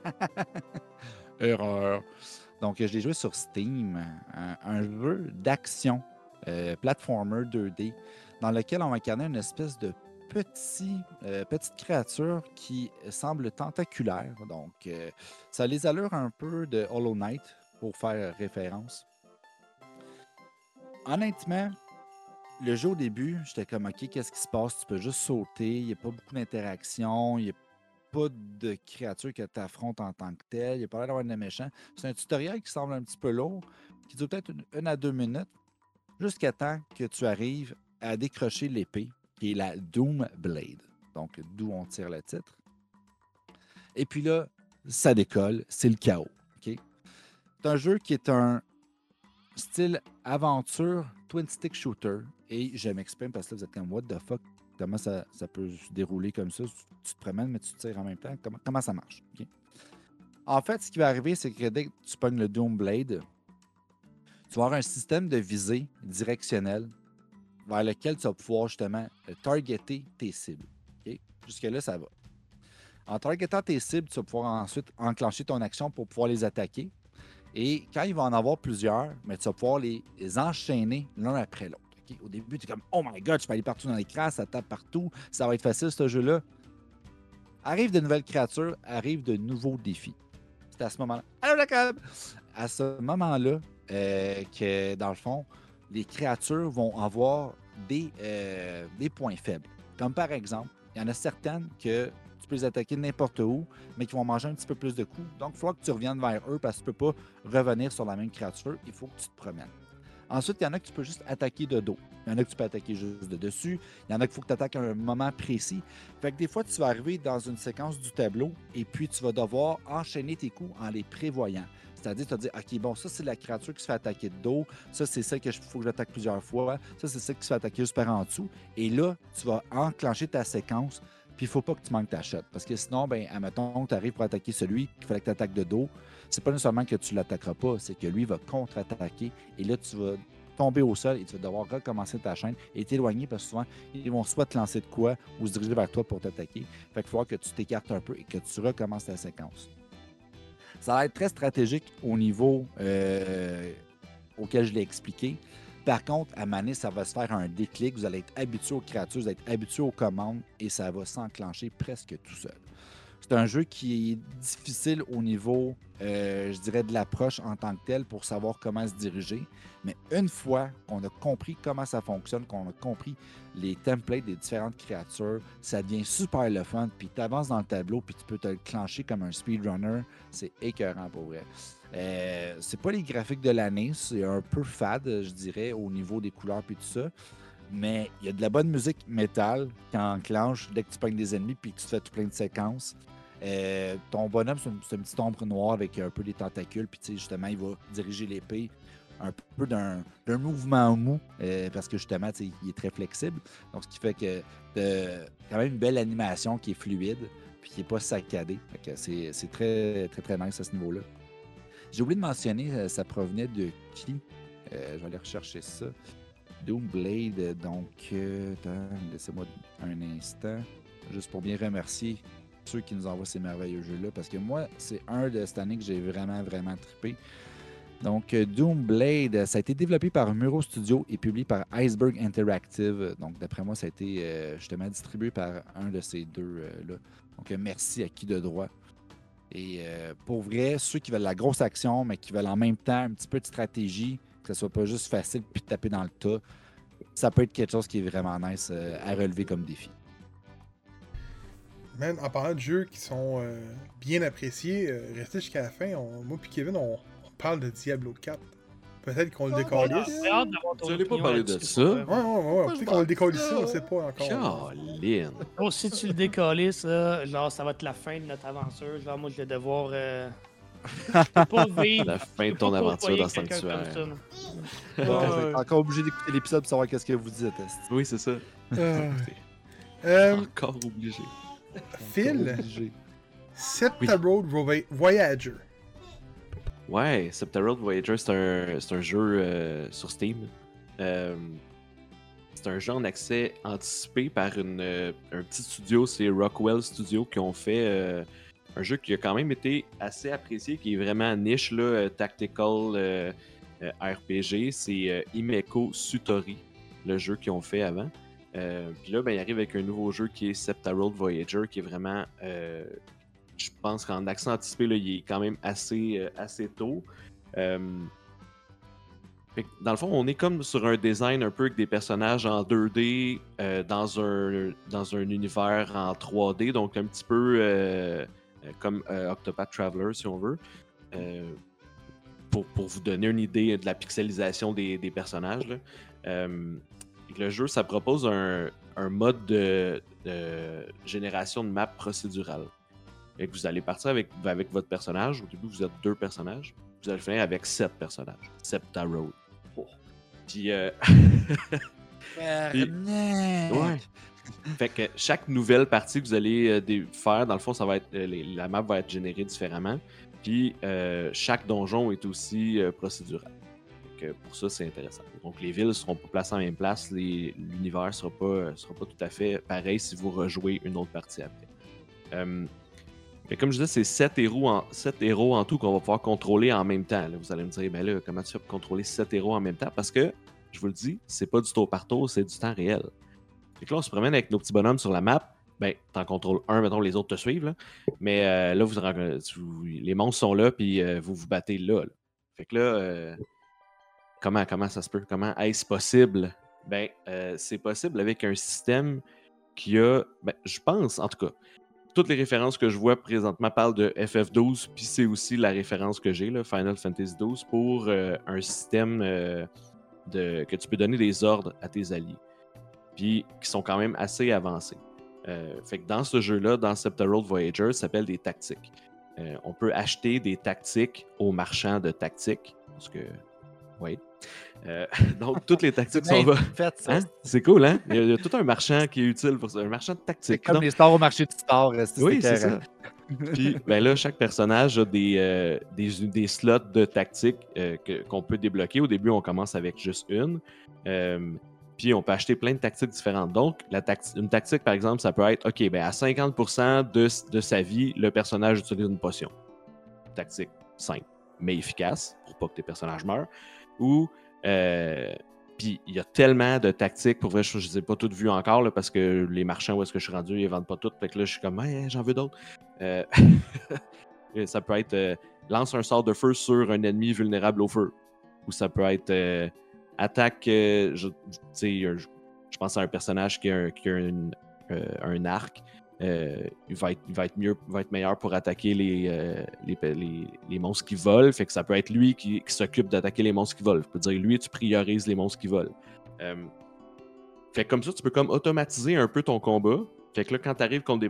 Erreur. Donc, je l'ai joué sur Steam, un jeu d'action, platformer 2D, dans lequel on va incarner une espèce de petite créature qui semble tentaculaire. Donc, ça a les allures un peu de Hollow Knight, pour faire référence. Honnêtement, le jeu au début, j'étais comme, OK, qu'est-ce qui se passe? Tu peux juste sauter, il n'y a pas beaucoup d'interaction, il n'y a pas de créature que tu affrontes en tant que telle, il n'y a pas l'air d'avoir de méchant. C'est un tutoriel qui semble un petit peu lourd, qui dure peut-être 1 à 2 minutes, jusqu'à temps que tu arrives à décrocher l'épée, qui est la Doomblade. Donc, d'où on tire le titre. Et puis là, ça décolle, c'est le chaos. OK? C'est un jeu qui est un style aventure, twin stick shooter. Et je m'exprime parce que là, vous êtes comme, what the fuck? Comment ça peut se dérouler comme ça? Tu te promènes, mais tu tires en même temps. Comment ça marche? Okay. En fait, ce qui va arriver, c'est que dès que tu pognes le Doomblade, tu vas avoir un système de visée directionnel vers lequel tu vas pouvoir justement targeter tes cibles. Okay? Jusque-là, ça va. En targetant tes cibles, tu vas pouvoir ensuite enclencher ton action pour pouvoir les attaquer. Et quand il va en avoir plusieurs, mais tu vas pouvoir les enchaîner l'un après l'autre. Okay? Au début, tu es comme « Oh my God, je peux aller partout dans l'écran, ça tape partout, ça va être facile ce jeu-là. » Arrivent de nouvelles créatures, arrivent de nouveaux défis. C'est à ce moment-là. Allô, Jacob! À ce moment-là, que dans le fond, les créatures vont avoir des points faibles. Comme par exemple, il y en a certaines que tu peux les attaquer n'importe où, mais qui vont manger un petit peu plus de coups. Donc, il faut que tu reviennes vers eux parce que tu ne peux pas revenir sur la même créature. Il faut que tu te promènes. Ensuite, il y en a que tu peux juste attaquer de dos. Il y en a que tu peux attaquer juste de dessus. Il y en a qu'il faut que tu attaques à un moment précis. Fait que des fois, tu vas arriver dans une séquence du tableau et puis tu vas devoir enchaîner tes coups en les prévoyant. C'est-à-dire, tu vas dire, OK, bon, ça, c'est la créature qui se fait attaquer de dos. Ça, c'est celle qu'il faut que j'attaque plusieurs fois. Ça, c'est celle qui se fait attaquer juste par en dessous. Et là, tu vas enclencher ta séquence. Puis il ne faut pas que tu manques ta shot. Parce que sinon, ben, admettons, tu arrives pour attaquer celui qu'il fallait que tu attaques de dos. C'est pas nécessairement que tu ne l'attaqueras pas, c'est que lui va contre-attaquer. Et là, tu vas tomber au sol et tu vas devoir recommencer ta chaîne et t'éloigner parce que souvent, ils vont soit te lancer de quoi ou se diriger vers toi pour t'attaquer. Fait qu'il faut que tu t'écartes un peu et que tu recommences ta séquence. Ça va être très stratégique au niveau auquel je l'ai expliqué. Par contre, à Mané, ça va se faire un déclic. Vous allez être habitué aux créatures, vous allez être habitué aux commandes et ça va s'enclencher presque tout seul. C'est un jeu qui est difficile au niveau, je dirais, de l'approche en tant que tel pour savoir comment se diriger. Mais une fois qu'on a compris comment ça fonctionne, qu'on a compris les templates des différentes créatures, ça devient super le fun. Puis tu avances dans le tableau, puis tu peux te le clencher comme un speedrunner. C'est écœurant pour vrai. C'est pas les graphiques de l'année, c'est un peu fade, je dirais, au niveau des couleurs puis tout ça. Mais il y a de la bonne musique métal qui enclenche dès que tu pognes des ennemis puis que tu fais tout plein de séquences. Ton bonhomme, c'est une petite ombre noire avec un peu des tentacules. Puis justement, il va diriger l'épée un peu d'un mouvement mou parce que justement, il est très flexible. Donc, ce qui fait que quand même une belle animation qui est fluide puis qui n'est pas saccadée. C'est très, très, très nice à ce niveau-là. J'ai oublié de mentionner, ça provenait de qui? Je vais aller rechercher ça. Doomblade, donc, laissez-moi un instant, juste pour bien remercier ceux qui nous envoient ces merveilleux jeux-là, parce que moi, c'est un de cette année que j'ai vraiment, vraiment trippé. Donc, Doomblade, ça a été développé par Muro Studio et publié par Iceberg Interactive. Donc, d'après moi, ça a été justement distribué par un de ces deux-là. Donc, merci à qui de droit. Et pour vrai, ceux qui veulent la grosse action, mais qui veulent en même temps un petit peu de stratégie, que ce soit pas juste facile puis de taper dans le tas, ça peut être quelque chose qui est vraiment nice à relever comme défi. Man, en parlant de jeux qui sont bien appréciés, restez jusqu'à la fin. Moi et Kevin, on parle de Diablo 4. Peut-être qu'on le décalisse. J'ai hâte d'avoir ton Vous allez pas opinion parler de là-dessus, ça? pour vrai. Ouais. Peut-être qu'on le décalisse, on sait pas encore. Caroline! Oh, si tu le décalisses, là, genre, ça va être la fin de notre aventure. Genre, moi, je vais devoir. Je peux pas vivre. La fin de je peux ton pas aventure côtoyer dans quelqu'un Sanctuaire. comme ça, là. Vous êtes encore obligé d'écouter l'épisode pour savoir qu'est-ce que vous dites. Oui, c'est ça. Encore obligé. Phil, Obligé. Septa Road Voyager. Ouais, Septa Road Voyager, c'est un jeu sur Steam. C'est un jeu en accès anticipé par un petit studio, c'est Rockwell Studio, qui ont fait un jeu qui a quand même été assez apprécié, qui est vraiment niche, là, tactical RPG. C'est Himeko Sutori, le jeu qu'ils ont fait avant. Puis là, ben, il arrive avec un nouveau jeu qui est Septa Road Voyager, qui est vraiment, je pense qu'en accès anticipé, là, il est quand même assez tôt. Fait que, dans le fond, on est comme sur un design un peu avec des personnages en 2D dans un univers en 3D, donc un petit peu comme Octopath Traveler, si on veut. Pour vous donner une idée de la pixelisation des personnages, là. Le jeu, ça propose un mode de génération de map procédurale. Et que vous allez partir avec votre personnage. Au début, vous êtes 2 personnages. Vous allez finir avec 7 personnages. Septa Road. Oh. Puis, ouais. Fait que chaque nouvelle partie que vous allez faire, dans le fond, ça va être la map va être générée différemment. Puis chaque donjon est aussi procédural. Pour ça, c'est intéressant. Donc, les villes ne seront pas placées en même place. L'univers ne sera pas tout à fait pareil si vous rejouez une autre partie après. Mais comme je disais, c'est 7 héros en tout qu'on va pouvoir contrôler en même temps. Là, vous allez me dire, ben là, comment tu fais pour contrôler 7 héros en même temps? Parce que, je vous le dis, c'est pas du tour par tour, c'est du temps réel. Fait que là, on se promène avec nos petits bonhommes sur la map. Ben, t'en contrôles un, mettons, les autres te suivent. Là. Mais là, les monstres sont là, puis vous battez là. Fait que là, comment ça se peut? Comment est-ce possible? Ben, c'est possible avec un système qui a, ben, je pense, en tout cas, toutes les références que je vois présentement parlent de FF12, puis c'est aussi la référence que j'ai, là, Final Fantasy XII, pour un système que tu peux donner des ordres à tes alliés, puis qui sont quand même assez avancés. Fait que dans ce jeu-là, dans Sephiroth Voyager, ça s'appelle des tactiques. On peut acheter des tactiques aux marchands de tactiques, parce que, oui. Donc, toutes les tactiques sont là. Fait, ça. Hein? C'est cool, hein? Il y a tout un marchand qui est utile pour ça, un marchand de C'est tactiques. comme Donc, les stars au marché du sport. oui, c'est ça. Puis, ben là, chaque personnage a des slots de tactiques qu'on peut débloquer. Au début, on commence avec juste une. Puis, on peut acheter plein de tactiques différentes. Donc, une tactique, par exemple, ça peut être, OK, ben à 50% de sa vie, le personnage utilise une potion. Tactique simple, mais efficace, pour pas que tes personnages meurent. Ou, puis il y a tellement de tactiques, pour vrai, je ne les ai pas toutes vues encore, là, parce que les marchands où est-ce que je suis rendu, ils ne vendent pas toutes. Fait que là, je suis comme, hey, j'en veux d'autres. Ça peut être lance un sort de feu sur un ennemi vulnérable au feu. Ou ça peut être attaque, je pense à un personnage qui a un arc. Il va être meilleur pour attaquer les monstres qui volent. Fait que ça peut être lui qui s'occupe d'attaquer les monstres qui volent. Je peux dire, lui, tu priorises les monstres qui volent. Fait que comme ça, tu peux comme automatiser un peu ton combat. Fait que là, quand tu arrives contre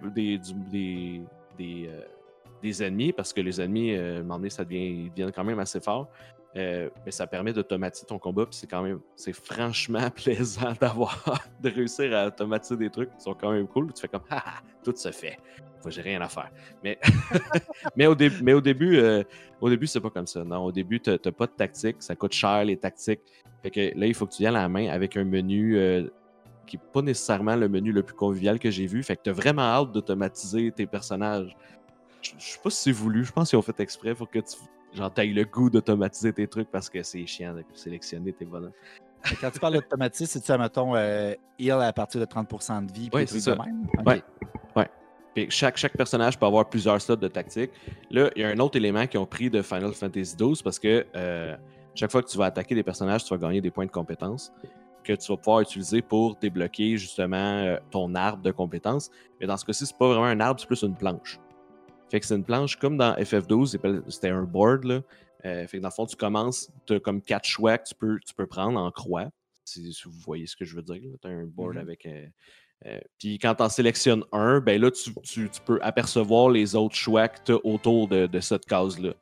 des ennemis, parce que les ennemis, à un moment donné, ils deviennent quand même assez forts, mais ça permet d'automatiser ton combat, puis c'est franchement plaisant de réussir à automatiser des trucs qui sont quand même cool. Tu fais comme, haha, tout se fait. Moi, j'ai rien à faire. Mais au début, c'est pas comme ça. Non, au début, t'as pas de tactique, ça coûte cher les tactiques. Fait que là, il faut que tu y ailles à la main avec un menu qui n'est pas nécessairement le menu le plus convivial que j'ai vu. Fait que t'as vraiment hâte d'automatiser tes personnages. Je sais pas si c'est voulu, je pense qu'ils ont fait exprès pour que t'ailles le goût d'automatiser tes trucs parce que c'est chiant de sélectionner tes bonhommes. Quand tu parles d'automatisme, c'est-tu, mettons, heal à partir de 30% de vie? Oui, c'est ça. Même? Okay. Ouais. Puis chaque personnage peut avoir plusieurs slots de tactique. Là, il y a un autre élément qu'ils ont pris de Final Fantasy XII parce que chaque fois que tu vas attaquer des personnages, tu vas gagner des points de compétences que tu vas pouvoir utiliser pour débloquer justement ton arbre de compétences. Mais dans ce cas-ci, c'est pas vraiment un arbre, c'est plus une planche. Fait que c'est une planche comme dans FF12, c'était un board, là. Fait que dans le fond, tu commences, tu as comme 4 choix que tu peux prendre en croix, si vous voyez ce que je veux dire. Tu as un board avec... puis quand tu en sélectionnes un, ben là, tu peux apercevoir les autres choix que tu as autour de cette case-là.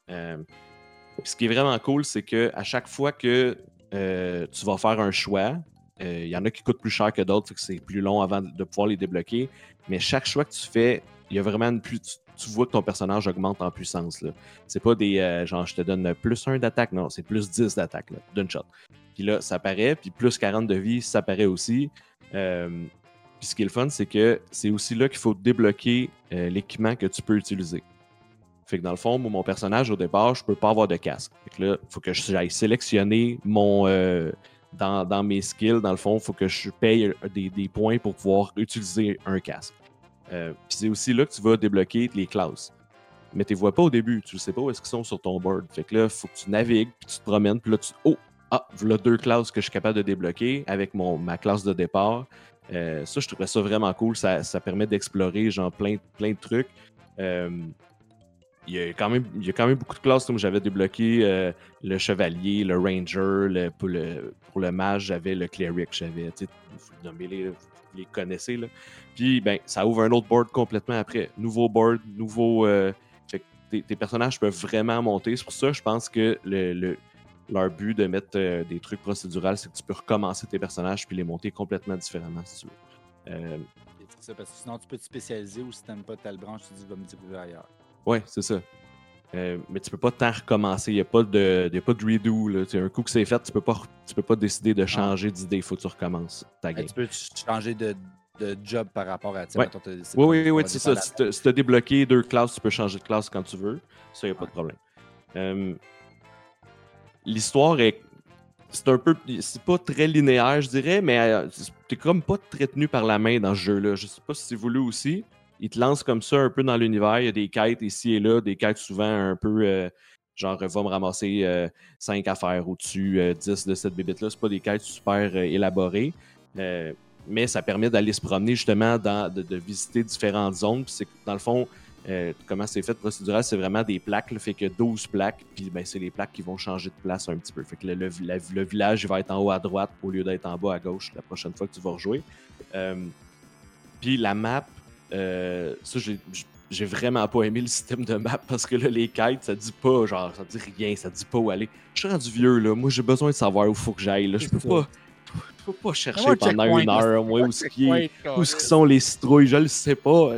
Puis ce qui est vraiment cool, c'est qu'à chaque fois que tu vas faire un choix, il y en a qui coûtent plus cher que d'autres, fait que c'est plus long avant de pouvoir les débloquer. Mais chaque choix que tu fais, il y a vraiment tu vois que ton personnage augmente en puissance. Là. C'est pas des genre je te donne plus 1 d'attaque, non, c'est plus 10 d'attaque d'une shot. Puis là, ça paraît, puis plus 40 de vie, ça paraît aussi. Puis ce qui est le fun, c'est que c'est aussi là qu'il faut débloquer l'équipement que tu peux utiliser. Fait que dans le fond, moi, mon personnage, au départ, je peux pas avoir de casque. Fait que là, il faut que j'aille sélectionner mon... dans mes skills, dans le fond, il faut que je paye des points pour pouvoir utiliser un casque. Puis c'est aussi là que tu vas débloquer les classes. Mais tu les vois pas au début. Tu ne sais pas où est-ce qu'ils sont sur ton board. Fait que là, il faut que tu navigues, puis tu te promènes, puis là, voilà 2 classes que je suis capable de débloquer avec ma classe de départ. Ça, je trouvais ça vraiment cool. Ça permet d'explorer genre plein de trucs. Il y a quand même beaucoup de classes. Comme j'avais débloqué le chevalier, le ranger, pour le mage, j'avais le cleric. Vous nommez-les, vous les connaissez. Là. Puis, ben, ça ouvre un autre board complètement après. Nouveau board, fait que tes personnages peuvent vraiment monter. C'est pour ça, je pense que leur but de mettre des trucs procéduraux, c'est que tu peux recommencer tes personnages puis les monter complètement différemment, si tu veux. C'est ça, parce que sinon, tu peux te spécialiser ou si tu n'aimes pas telle branche, tu dis, va me diriger ailleurs. Ouais, c'est ça. Mais tu peux pas tant recommencer. Il n'y a pas de redo. Là. Un coup que c'est fait, tu peux pas décider de changer d'idée. Il faut que tu recommences ta game. Tu peux changer de job par rapport à... Ouais. Oui, c'est ça. Si tu as débloqué 2 classes, tu peux changer de classe quand tu veux. Ça, il n'y a pas de problème. L'histoire c'est pas très linéaire, je dirais, mais t'es comme pas très tenu par la main dans ce jeu-là. Je sais pas si c'est voulu aussi. Il te lance comme ça un peu dans l'univers. Il y a des quêtes ici et là, des quêtes souvent un peu genre va me ramasser 5 affaires au-dessus, 10 de cette bébête-là. C'est pas des quêtes super élaborées. Mais ça permet d'aller se promener justement, de visiter différentes zones. Puis c'est dans le fond, comment c'est fait procédural, c'est vraiment des plaques. Là, fait que 12 plaques, puis ben, c'est les plaques qui vont changer de place un petit peu. Fait que le village il va être en haut à droite au lieu d'être en bas à gauche la prochaine fois que tu vas rejouer. Puis la map, ça j'ai vraiment pas aimé le système de map parce que là, les quêtes, ça dit pas, genre, ça dit rien, ça dit pas où aller. Je suis rendu vieux, là. Moi, j'ai besoin de savoir où faut que j'aille, là. Je peux pas chercher pendant une heure, moi, où ce sont les citrouilles, je le sais pas.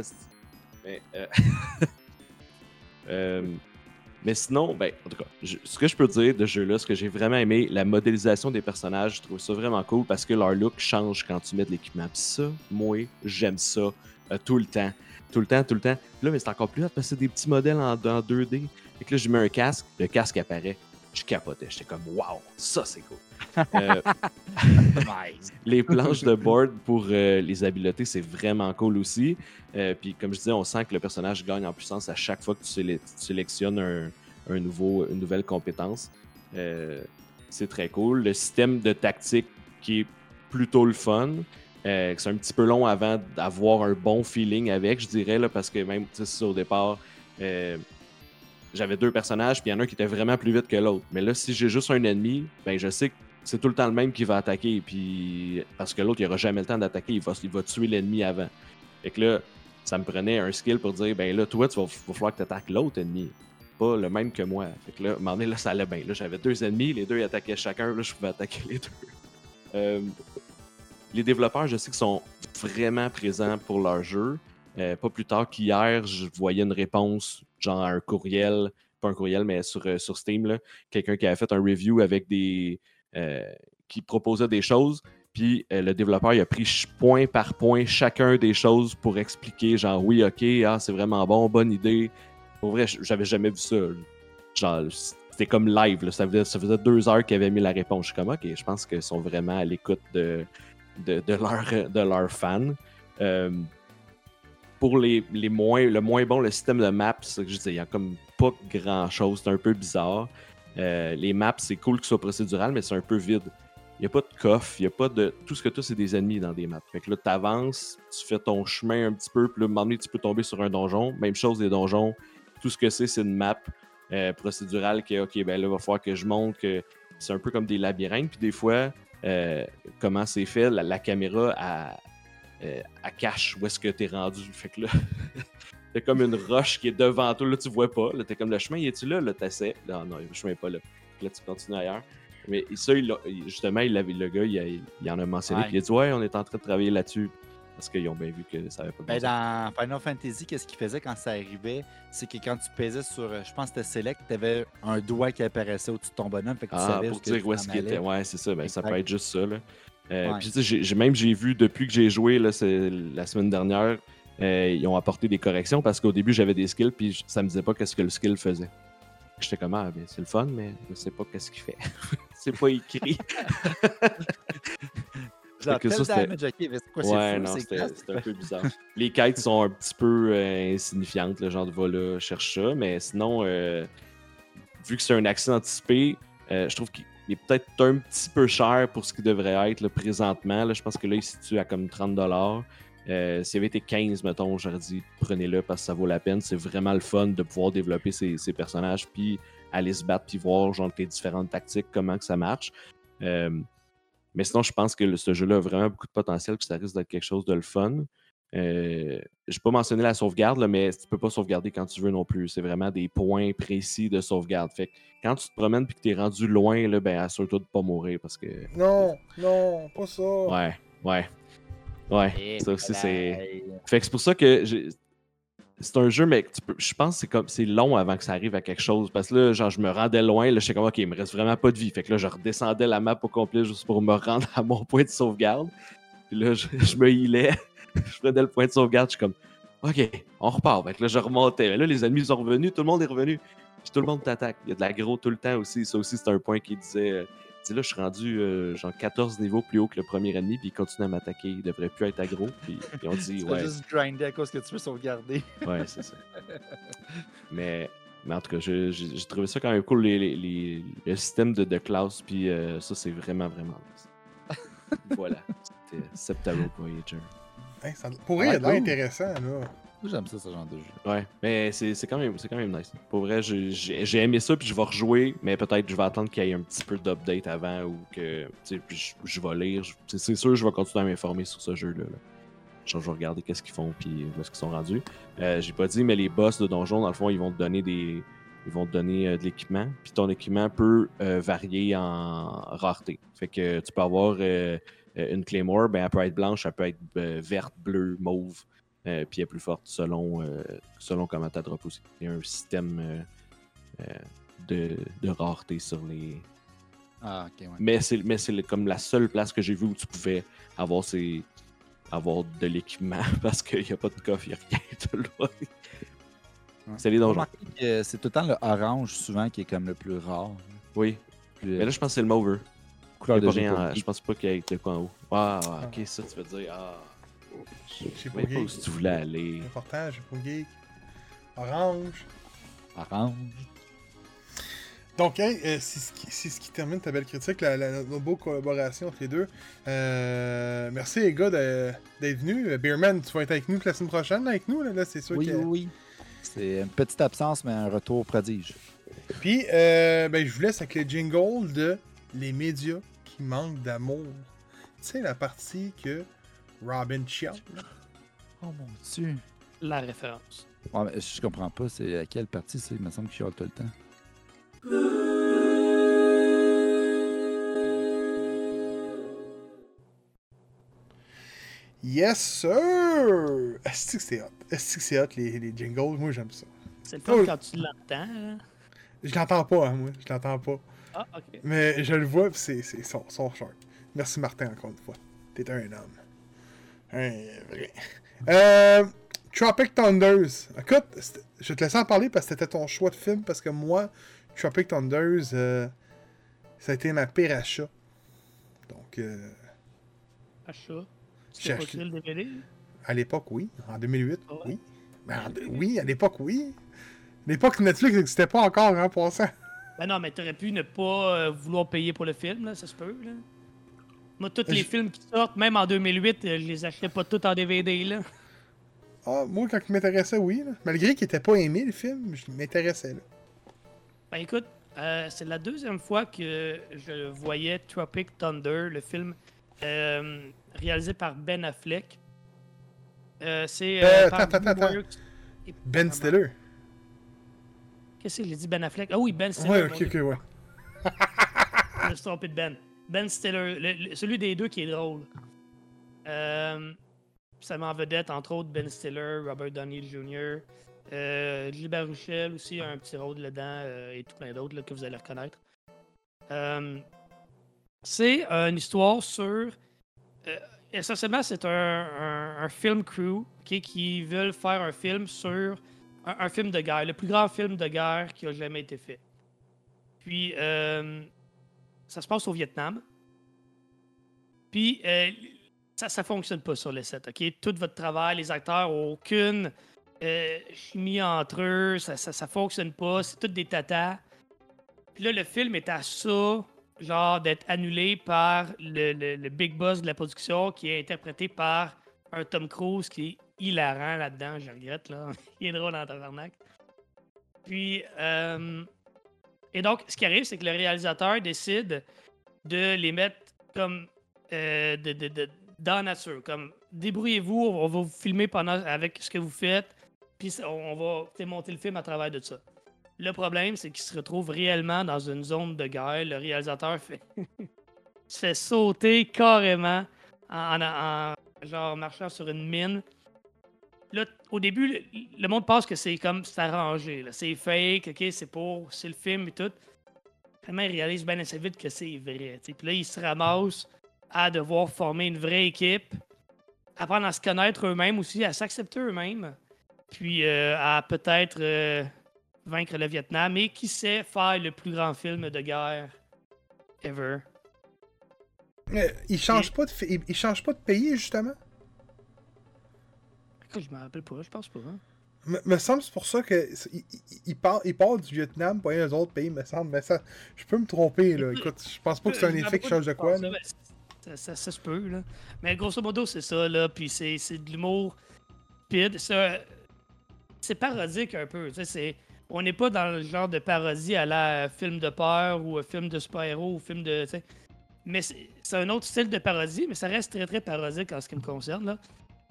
Mais sinon, ben, en tout cas, ce que je peux dire de ce jeu-là, ce que j'ai vraiment aimé, la modélisation des personnages, je trouve ça vraiment cool parce que leur look change quand tu mets de l'équipement. Puis ça, moi, j'aime ça tout le temps. Tout le temps. Là, mais c'est encore plus hot parce que c'est des petits modèles en 2D. Fait que là, j'ai mis un casque, le casque apparaît. Je capotais. J'étais comme, waouh, ça, c'est cool. Les planches de board pour les habiletés, c'est vraiment cool aussi. Puis comme je disais, on sent que le personnage gagne en puissance à chaque fois que tu sélectionnes une nouvelle compétence. C'est très cool. Le système de tactique qui est plutôt le fun. C'est un petit peu long avant d'avoir un bon feeling avec, je dirais, là, parce que même au départ, j'avais 2 personnages, puis il y en a un qui était vraiment plus vite que l'autre. Mais là, si j'ai juste un ennemi, ben je sais que c'est tout le temps le même qui va attaquer, puis parce que l'autre, il n'aura jamais le temps d'attaquer, il va tuer l'ennemi avant. Fait que là, ça me prenait un skill pour dire, ben là, toi, va falloir que tu attaques l'autre ennemi, pas le même que moi. Fait que là, à un moment donné, là, ça allait bien. Là, j'avais 2 ennemis, les 2 ils attaquaient chacun, là, je pouvais attaquer les 2. Les développeurs, je sais qu'ils sont vraiment présents pour leur jeu. Pas plus tard qu'hier, je voyais une réponse, genre un courriel, pas un courriel, mais sur Steam, là, quelqu'un qui avait fait un review avec qui proposait des choses, puis le développeur il a pris point par point chacun des choses pour expliquer, genre oui, ok, c'est vraiment bon, bonne idée. Pour vrai, j'avais jamais vu ça. Genre, c'était comme live, là. Ça faisait 2 heures qu'ils avaient mis la réponse. Je suis comme, ok, je pense qu'ils sont vraiment à l'écoute de leurs fans. Pour le moins bon, le système de maps, c'est ça que je disais, il n'y a comme pas grand-chose, c'est un peu bizarre. Les maps, c'est cool que ce soit procédural, mais c'est un peu vide. Il n'y a pas de coffre, il n'y a pas de... Tout ce que tu as, c'est des ennemis dans des maps. Fait que là, tu avances, tu fais ton chemin un petit peu, puis là, à un moment donné, tu peux tomber sur un donjon. Même chose des donjons. Tout ce que c'est une map procédurale qui est, OK, ben là, il va falloir que je montre que c'est un peu comme des labyrinthes, puis des fois... comment c'est fait, la caméra à cache où est-ce que t'es rendu. Fait que là, t'as comme une roche qui est devant toi, là tu vois pas, là t'es comme le chemin, il est-tu là? Là t'essaies, non, le chemin est pas là. Là tu continues ailleurs. Mais ça, justement, le gars, il en a mentionné, puis il a dit ouais, on est en train de travailler là-dessus. Parce qu'ils ont bien vu que ça avait pas de bon sens. Dans Final Fantasy, qu'est-ce qu'il faisait quand ça arrivait? C'est que quand tu pesais sur, je pense que c'était Select, tu avais un doigt qui apparaissait au-dessus de ton bonhomme. Fait que tu savais pour dire où est-ce qu'il était. Ouais, c'est ça. Ben, ça peut être juste ça. Là. Ouais. Puis j'ai vu, depuis que j'ai joué là, la semaine dernière, ils ont apporté des corrections parce qu'au début, j'avais des skills, puis ça me disait pas qu'est-ce que le skill faisait. J'étais comme, ben, c'est le fun, mais je sais pas qu'est-ce qu'il fait. C'est pas écrit. Genre, que ça, c'était un peu bizarre. Les quêtes sont un petit peu insignifiantes, le genre de va là, cherche ça, mais sinon, vu que c'est un accès anticipé, je trouve qu'il est peut-être un petit peu cher pour ce qu'il devrait être là, présentement. Là, je pense que là, il se situe à comme 30$. S'il avait été 15$, mettons, j'aurais dit prenez-le parce que ça vaut la peine. C'est vraiment le fun de pouvoir développer ces personnages, puis aller se battre, puis voir genre, les différentes tactiques, comment que ça marche. Mais sinon, je pense que ce jeu-là a vraiment beaucoup de potentiel, que ça risque d'être quelque chose de le fun. Je n'ai pas mentionné la sauvegarde, là, mais tu peux pas sauvegarder quand tu veux non plus. C'est vraiment des points précis de sauvegarde. Fait que quand tu te promènes et que tu es rendu loin, là, ben, assure-toi de ne pas mourir parce que. Non, pas ça. Ouais. Ça aussi, c'est. Fait que c'est pour ça que c'est un jeu, mais je pense que c'est long avant que ça arrive à quelque chose. Parce que là, genre, je me rendais loin, là, je sais comme, OK, il me reste vraiment pas de vie. Fait que là, je redescendais la map au complet juste pour me rendre à mon point de sauvegarde. Puis là, je me healais. Je prenais le point de sauvegarde. Je suis comme, OK, on repart. Fait que là, je remontais. Mais là, les ennemis sont revenus. Tout le monde est revenu. Puis tout le monde t'attaque. Il y a de l'aggro tout le temps aussi. Ça aussi, c'est un point qui disait... là, je suis rendu genre 14 niveaux plus haut que le premier ennemi, puis il continue à m'attaquer. Il devrait plus être aggro. Puis on dit, tu vas juste grinder à cause que tu veux sauvegarder. Ouais, c'est ça. Mais Mais en tout cas, j'ai trouvé ça quand même cool, le système de classe, puis ça, c'est vraiment, vraiment nice. Voilà, c'était Septaro Voyager. Hey, ça pourrait être cool. intéressant, là. Moi, j'aime ça, ce genre de jeu. Ouais, mais c'est quand même nice. Pour vrai, j'ai aimé ça, puis je vais rejouer, mais peut-être je vais attendre qu'il y ait un petit peu d'update avant, ou que, tu sais, puis je vais lire. C'est sûr, je vais continuer à m'informer sur ce jeu-là. Là. Je vais regarder qu'est-ce qu'ils font, puis où est-ce qu'ils sont rendus. J'ai pas dit, mais les boss de donjon, dans le fond, ils vont te donner de l'équipement, puis ton équipement peut varier en rareté. Fait que tu peux avoir une Claymore, ben elle peut être blanche, elle peut être verte, bleue, mauve, puis elle est plus forte selon comment tu drop aussi. Il y a un système de rareté sur les... Ah, ok, ouais. Mais c'est comme la seule place que j'ai vue où tu pouvais avoir de l'équipement, parce qu'il n'y a pas de coffre, il n'y a rien de loin. Ouais. C'est les donjons. Remarquez que c'est tout le temps le orange, souvent, qui est comme le plus rare. Oui. Plus, Mais là, je pense que c'est le mauve. couleur Il y a de pas rien, jeu. je pense pas qu'il y ait de quoi en haut. Ah, ok, ça, tu veux dire. Ah. Je J'ai sais pas même pas geek. où tu voulais aller. Important, j'ai pas geek. Orange. Orange. Donc, hein, c'est ce qui termine ta belle critique, nos beaux collaborations entre les deux. Merci les gars d'être venus. Beerman, tu vas être avec nous la semaine prochaine, avec nous, là c'est sûr Oui, que... oui. C'est une petite absence, mais un retour prodige. Puis, ben, je vous laisse avec les jingles de les médias qui manquent d'amour. Tu sais, la partie que Robin chiale. Oh mon Dieu. La référence. Ouais, mais je comprends pas, c'est à quelle partie ça? Il me semble qu'il chiale tout le temps. Yes, sir! Est-ce que c'est hot? Est-ce que c'est hot, les jingles? Moi, j'aime ça. C'est le fun quand tu l'entends. Là. Je l'entends pas, hein, moi. Je l'entends pas. Ah, ok. Mais je le vois, pis c'est son sharp. Merci, Martin, encore une fois. T'es un homme. Un vrai. Tropic Thunders. Écoute, je vais te laisser en parler parce que c'était ton choix de film. Parce que moi, Tropic Thunders, ça a été ma pire achat. Donc, Achat. Tu J'ai t'es pas acheté. créé le DVD? à l'époque, oui. En 2008, Ah ouais? oui. Mais oui, à l'époque, oui. L'époque, Netflix n'existait pas encore, en passant. Ben non, mais t'aurais pu ne pas vouloir payer pour le film, là, ça se peut. Là. Moi, tous les films qui sortent, même en 2008, je les achetais pas tous en DVD. Là. Ah, moi, quand il m'intéressait, oui. Là. Malgré qu'il était pas aimé, le film, je m'intéressais. Là. Ben écoute, c'est la deuxième fois que je voyais Tropic Thunder, le film réalisé par Ben Affleck. C'est par attends. DreamWorks. Ben Stiller. Qu'est-ce que j'ai dit, Ben Affleck? Ah oui, Ben Stiller. Ouais, mon ok, Dieu. ouais. Je me suis trompé de Ben. Ben Stiller, celui des deux qui est drôle. Ça met en vedette, entre autres, Ben Stiller, Robert Downey Jr., Gilbert Ruchel aussi a un petit rôle là-dedans et tout plein d'autres là, que vous allez reconnaître. C'est une histoire sur... essentiellement, c'est un film crew qui veulent faire un film sur un film de guerre, le plus grand film de guerre qui a jamais été fait. Puis, ça se passe au Vietnam. Puis, ça fonctionne pas sur le set, OK? Tout votre travail, les acteurs n'ont aucune chimie entre eux, ça fonctionne pas, c'est tout des tatas. Puis là, le film est à ça, genre, d'être annulé par le big boss de la production qui est interprété par un Tom Cruise qui est hilarant là-dedans, je regrette, là. Il est drôle en tabarnak. Puis, et donc, ce qui arrive, c'est que le réalisateur décide de les mettre comme dans la nature. Comme, débrouillez-vous, on va vous filmer avec ce que vous faites, puis on va monter le film à travers de ça. Le problème, c'est qu'il se retrouve réellement dans une zone de guerre. Le réalisateur se fait sauter carrément en genre marchant sur une mine. Là, au début, le monde pense que c'est comme c'est arrangé. Là. C'est fake, ok, c'est le film et tout. Vraiment, il réalise bien assez vite que c'est vrai. T'sais. Puis là, il se ramasse à devoir former une vraie équipe, apprendre à se connaître eux-mêmes aussi, à s'accepter eux-mêmes, puis à peut-être vaincre le Vietnam et qui sait faire le plus grand film de guerre ever. Il change pas de pays, justement? Écoute, je me rappelle pas, je pense pas. Hein? Me semble c'est pour ça que il part du Vietnam pour aller dans les autres pays, me semble. Mais ça, je peux me tromper, là. Écoute, je pense pas que c'est un effet qui change de quoi, là. Ça se peut, là. Mais grosso modo, c'est ça, là. Puis c'est de l'humour speed. C'est parodique un peu. On n'est pas dans le genre de parodie à la film de peur ou film de super-héros ou film de. T'sais. Mais c'est un autre style de parodie, mais ça reste très très parodique en ce qui me concerne, là.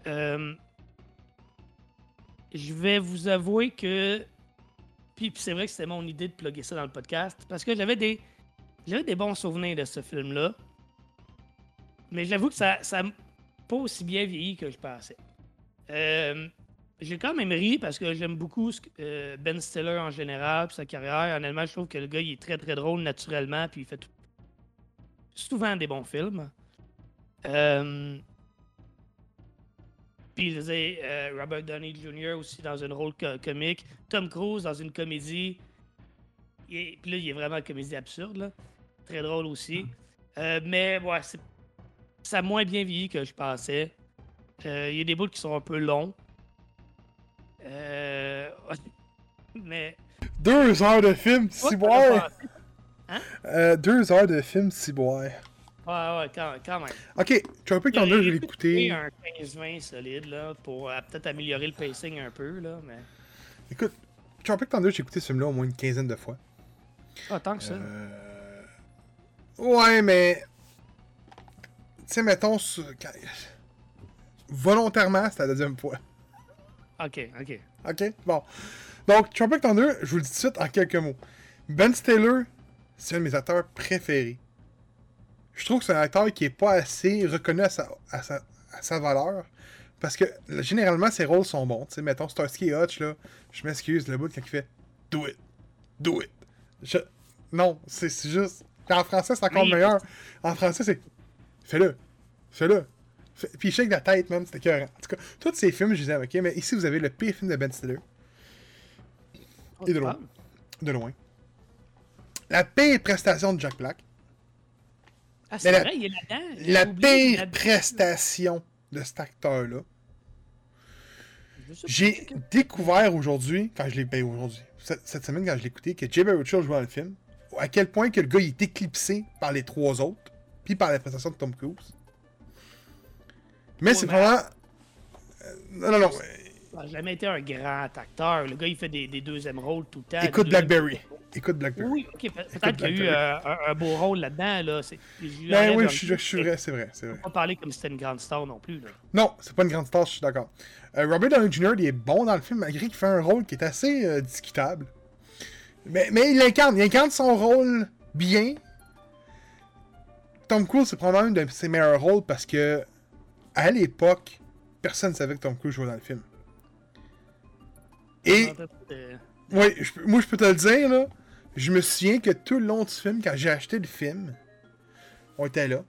Je vais vous avouer que. Puis c'est vrai que c'était mon idée de plugger ça dans le podcast. Parce que j'avais des bons souvenirs de ce film-là. Mais j'avoue que ça n'a pas aussi bien vieilli que je pensais. J'ai quand même ri parce que j'aime beaucoup Ben Stiller en général, puis sa carrière. Honnêtement, je trouve que le gars il est très très drôle naturellement, puis il fait souvent des bons films. Puis, je disais, Robert Downey Jr. aussi dans un rôle comique. Tom Cruise dans une comédie. Puis là, il est vraiment une comédie absurde, là. Très drôle aussi. Mais, ouais, ça a moins bien vieilli que je pensais. Il y a des bouts qui sont un peu longs. Mais... 2 heures de film, ciboire! Hein? 2 heures de film, ciboire. Ouais, quand même. Ok, Tropic Thunder, je l'ai écouté. Un 15-20 solide, là, pour peut-être améliorer le pacing un peu, là, mais... Écoute, Tropic Thunder, j'ai écouté ce film-là au moins une quinzaine de fois. Ah, tant que ça. Ouais, mais... Tu sais, mettons... Volontairement, c'était la 2e fois. Ok. Ok, bon. Donc, Tropic Thunder, je vous le dis tout de suite en quelques mots. Ben Stiller, c'est un de mes acteurs préférés. Je trouve que c'est un acteur qui est pas assez reconnu à sa valeur. Parce que, généralement, ses rôles sont bons. Tu sais, mettons, Starsky et Hutch, là, je m'excuse, le bout quand il fait « Do it ». Non, c'est juste... En français, c'est encore meilleur. En français, c'est « Fais-le. Puis il shake la tête, même, c'était écœurant. En tout cas, tous ces films, je les aime, ok? Mais ici, vous avez le pire film de Ben Stiller. Et de loin. De loin. La pire prestation de Jack Black. Ah, c'est vrai, il est là-dedans. La pire prestation de cet acteur-là. J'ai découvert aujourd'hui, quand je l'ai payé aujourd'hui, cette semaine quand je l'ai écouté, que Jay Baruchel jouait dans le film, à quel point que le gars il est éclipsé par les 3 autres, puis par la prestation de Tom Cruise. Mais c'est vraiment... Non. Il n'a jamais été un grand acteur. Le gars, il fait des 2e rôles tout le temps. Écoute Blackberry. Oui, ok, peut-être qu'il y a eu un beau rôle là-dedans. Là. Ben oui, je suis vrai, c'est vrai. On ne peut pas parler comme si c'était une grande star non plus. Là. Non, c'est pas une grande star, je suis d'accord. Robert Downey Jr., il est bon dans le film, malgré qu'il fait un rôle qui est assez discutable. Mais il incarne son rôle bien. Tom Cruise, c'est probablement un de ses meilleurs rôles parce que, à l'époque, personne ne savait que Tom Cruise jouait dans le film. Et... Oui, moi je peux te le dire, là. Je me souviens que tout le long du film, quand j'ai acheté le film, on était là.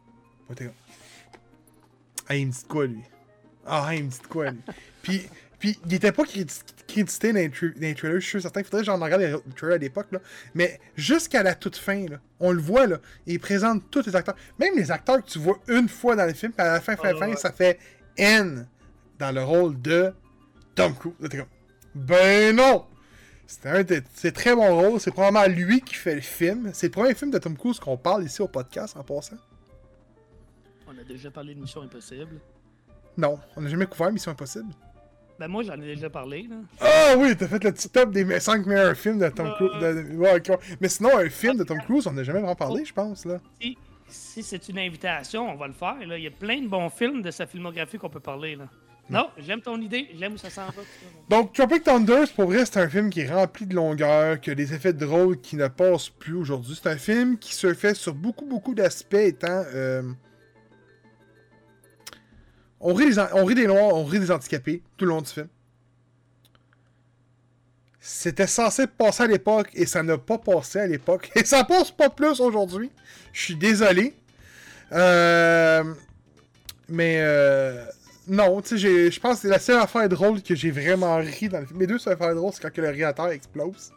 Ah, il me dit de quoi, lui? Il me dit de quoi, lui? Puis il était pas crédité dans les trailers, je suis certain. Il faudrait que j'en regarde les trailers à l'époque, là. Mais jusqu'à la toute fin, là, on le voit, là. Il présente tous les acteurs. Même les acteurs que tu vois une fois dans le film, puis à la fin, ça fait N dans le rôle de Tom Cruise. Là, t'es comme, ben non! C'est très bon rôle. C'est probablement lui qui fait le film. C'est le premier film de Tom Cruise qu'on parle ici au podcast, en passant. On a déjà parlé de Mission Impossible. Non, on n'a jamais couvert Mission Impossible. Ben moi, j'en ai déjà parlé, là. Ah oui, t'as fait le petit top des 5 meilleurs films de Tom Cruise. Mais sinon, un film de Tom Cruise, on n'a jamais vraiment parlé, je pense, là. Si c'est une invitation, on va le faire, là. Il y a plein de bons films de sa filmographie qu'on peut parler, là. Non, j'aime ton idée, j'aime où ça s'en va. Donc, Tropic Thunder, pour vrai, c'est un film qui est rempli de longueur, qui a des effets drôles qui ne passent plus aujourd'hui. C'est un film qui se fait sur beaucoup d'aspects étant... On rit des Noirs, on rit des handicapés tout le long du film. C'était censé passer à l'époque et ça n'a pas passé à l'époque. Et ça passe pas plus aujourd'hui. Je suis désolé. Non, tu sais, je pense que c'est la seule affaire drôle que j'ai vraiment ri dans le film. Mes deux seules affaires drôles, c'est quand le réacteur explose.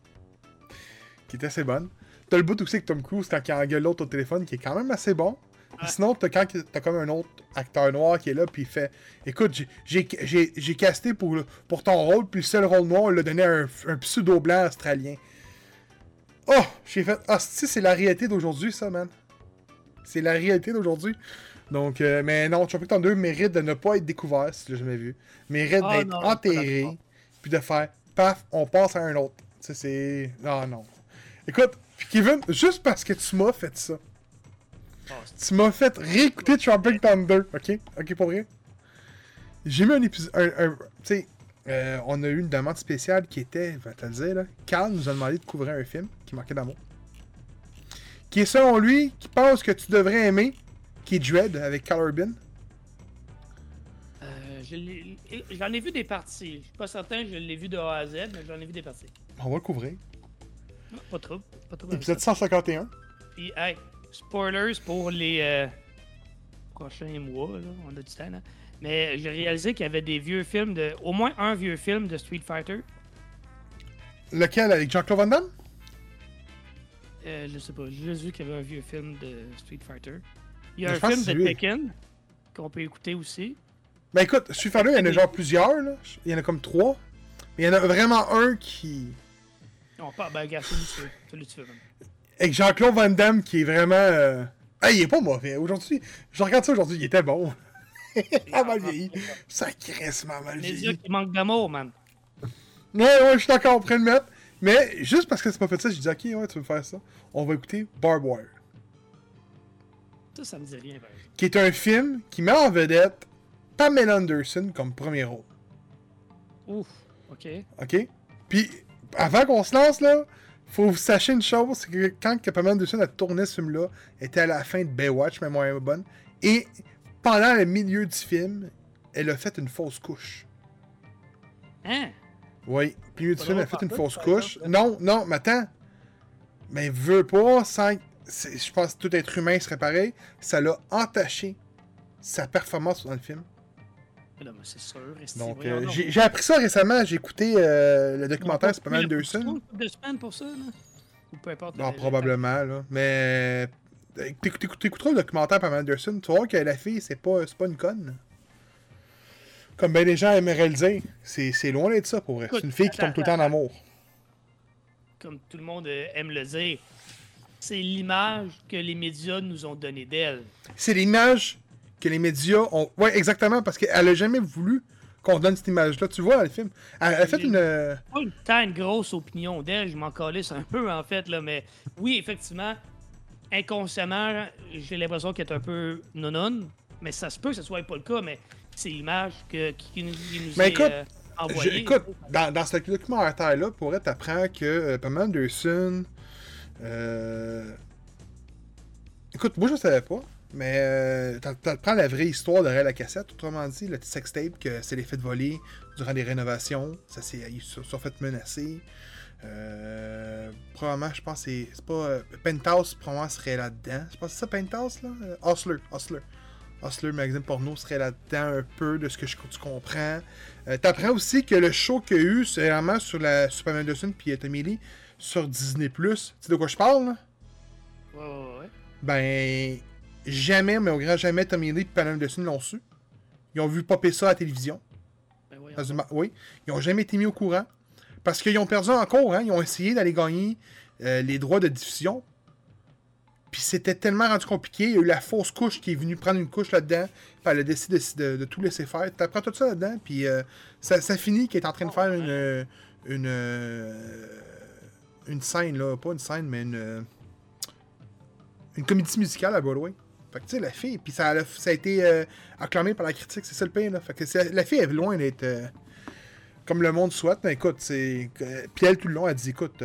Qui est assez bonne. T'as le bout aussi avec Tom Cruise quand il engueule l'autre au téléphone, qui est quand même assez bon. Sinon, quand t'as comme un autre acteur noir qui est là, puis il fait écoute, j'ai casté pour ton rôle, puis le seul rôle noir, il l'a donné à un pseudo-blanc australien. Oh, j'ai fait si, c'est la réalité d'aujourd'hui, ça, man. C'est la réalité d'aujourd'hui. Donc, mais non, Tropic Thunder mérite de ne pas être découvert, si tu l'as jamais vu. Mérite d'être enterré, puis de faire paf, on passe à un autre. Tu sais, c'est. Ah non. Écoute, Kevin, juste parce que tu m'as fait ça. Tu m'as fait réécouter Tropic Thunder, ok? Ok, pour vrai? J'ai mis un épisode. Tu sais, on a eu une demande spéciale qui était, je vais te le dire, là. Carl nous a demandé de couvrir un film qui manquait d'amour. Qui est selon lui, qui pense que tu devrais aimer, qui est Dread avec Carl Urban. J'en ai vu des parties. Je suis pas certain que je l'ai vu de A à Z, mais j'en ai vu des parties. On va le couvrir. Pas trop. Épisode 151. Puis, hey, spoilers pour les prochains mois, là. On a du temps, là. Mais j'ai réalisé qu'il y avait des vieux films au moins un vieux film de Street Fighter. Lequel, avec Jean-Claude Van Damme? Je sais pas, j'ai juste vu qu'il y avait un vieux film de Street Fighter. Il y a un film de Tekken qu'on peut écouter aussi. Ben écoute, Street Fighter, il y en a genre plusieurs, là. Il y en a comme 3. Mais il y en a vraiment un qui... On parle, ben regarde, celui tu veux. Avec Jean-Claude Van Damme qui est vraiment... il est pas mauvais. Aujourd'hui, je regarde ça aujourd'hui, il était bon. Il a mal vieilli. Ça crissement mal vieilli. Les yeux qui manquent d'amour, man. Ouais, je suis encore prêt de le mettre. Mais juste parce que c'est pas fait ça, j'ai dit, ok, ouais, tu veux faire ça. On va écouter Barbed Wire. Ça me dit rien, ben. Qui est un film qui met en vedette Pamela Anderson comme premier rôle. Ouf, ok. Ok? Puis, avant qu'on se lance, là, faut vous sachiez une chose, c'est que quand Pamela Anderson a tourné ce film-là, elle était à la fin de Baywatch, mais moi, elle est bonne. Et pendant le milieu du film, elle a fait une fausse couche. Hein? Oui, puis milieu du film, elle a fait une fausse couche. Non, mais attends. Mais veut pas, je pense que tout être humain serait pareil. Ça l'a entaché sa performance dans le film. Mais non, mais c'est sûr. Donc, j'ai appris ça récemment. J'ai écouté le documentaire sur Pamela Anderson. De semaines pour ça, là? Ou peu importe. Non, probablement, là. Mais t'écouteras le documentaire Pamela Anderson, tu vas voir que la fille, c'est pas une conne. Comme bien les gens aimeraient le dire. C'est loin d'être ça, pour vrai. C'est une fille qui tombe tout le temps en amour. Comme tout le monde aime le dire, c'est l'image que les médias nous ont donnée d'elle. C'est l'image que les médias ont... Ouais, exactement, parce qu'elle a jamais voulu qu'on donne cette image-là. Tu vois, dans le film. Elle a fait une... Pas une grosse opinion d'elle, je m'en calisse un peu, en fait, là, mais oui, effectivement, inconsciemment, j'ai l'impression qu'elle est un peu non-non, mais ça se peut que ce soit pas le cas, mais c'est l'image qui nous est envoyée. Écoute, dans ce documentaire-là, pour être, t'apprends que Pamela Anderson... Écoute, moi je savais pas, mais t'apprends la vraie histoire derrière la cassette. Autrement dit, le petit sextape que c'est les fait voler durant les rénovations, ils se sont fait menacer. Probablement, je pense que c'est pas... Penthouse, probablement, serait là-dedans. Je pense que c'est ça, Penthouse, là? Hustler, magazine porno, serait là-dedans un peu de ce que tu comprends. T'apprends aussi que le show qu'il y a eu, c'est vraiment sur Pamela Anderson puis Tommy Lee sur Disney+. Tu sais de quoi je parle, là? Ouais. Ben, jamais, mais au grand jamais, Tommy Lee et Pamela Anderson l'ont su. Ils ont vu popper ça à la télévision. Ben oui. Ils ont jamais été mis au courant. Parce qu'ils ont perdu encore, hein. Ils ont essayé d'aller gagner les droits de diffusion. Puis c'était tellement rendu compliqué. Il y a eu la fausse couche qui est venue prendre une couche là-dedans. Puis elle a décidé de tout laisser faire. T'apprends tout ça là-dedans. Puis ça finit qu'il est en train de faire une scène, là. Pas une scène, mais une comédie musicale à Broadway. Fait que tu sais, la fille. Puis ça a été acclamé par la critique. C'est ça le pire, là. Fait que la fille est loin d'être comme le monde souhaite. Mais écoute, c'est. Puis elle, tout le long, elle dit écoute.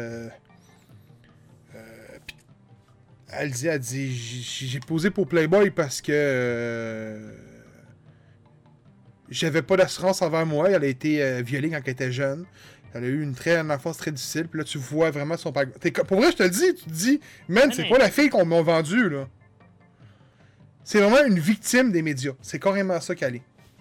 Elle dit, j'ai posé pour Playboy parce que j'avais pas d'assurance envers moi. Elle a été violée quand elle était jeune. Elle a eu une enfance très difficile. Puis là, tu vois vraiment son background. Pour vrai, je te le dis, tu te dis, man, c'est pas la fille qu'on m'a vendue, là. C'est vraiment une victime des médias. C'est carrément ça qu'elle est.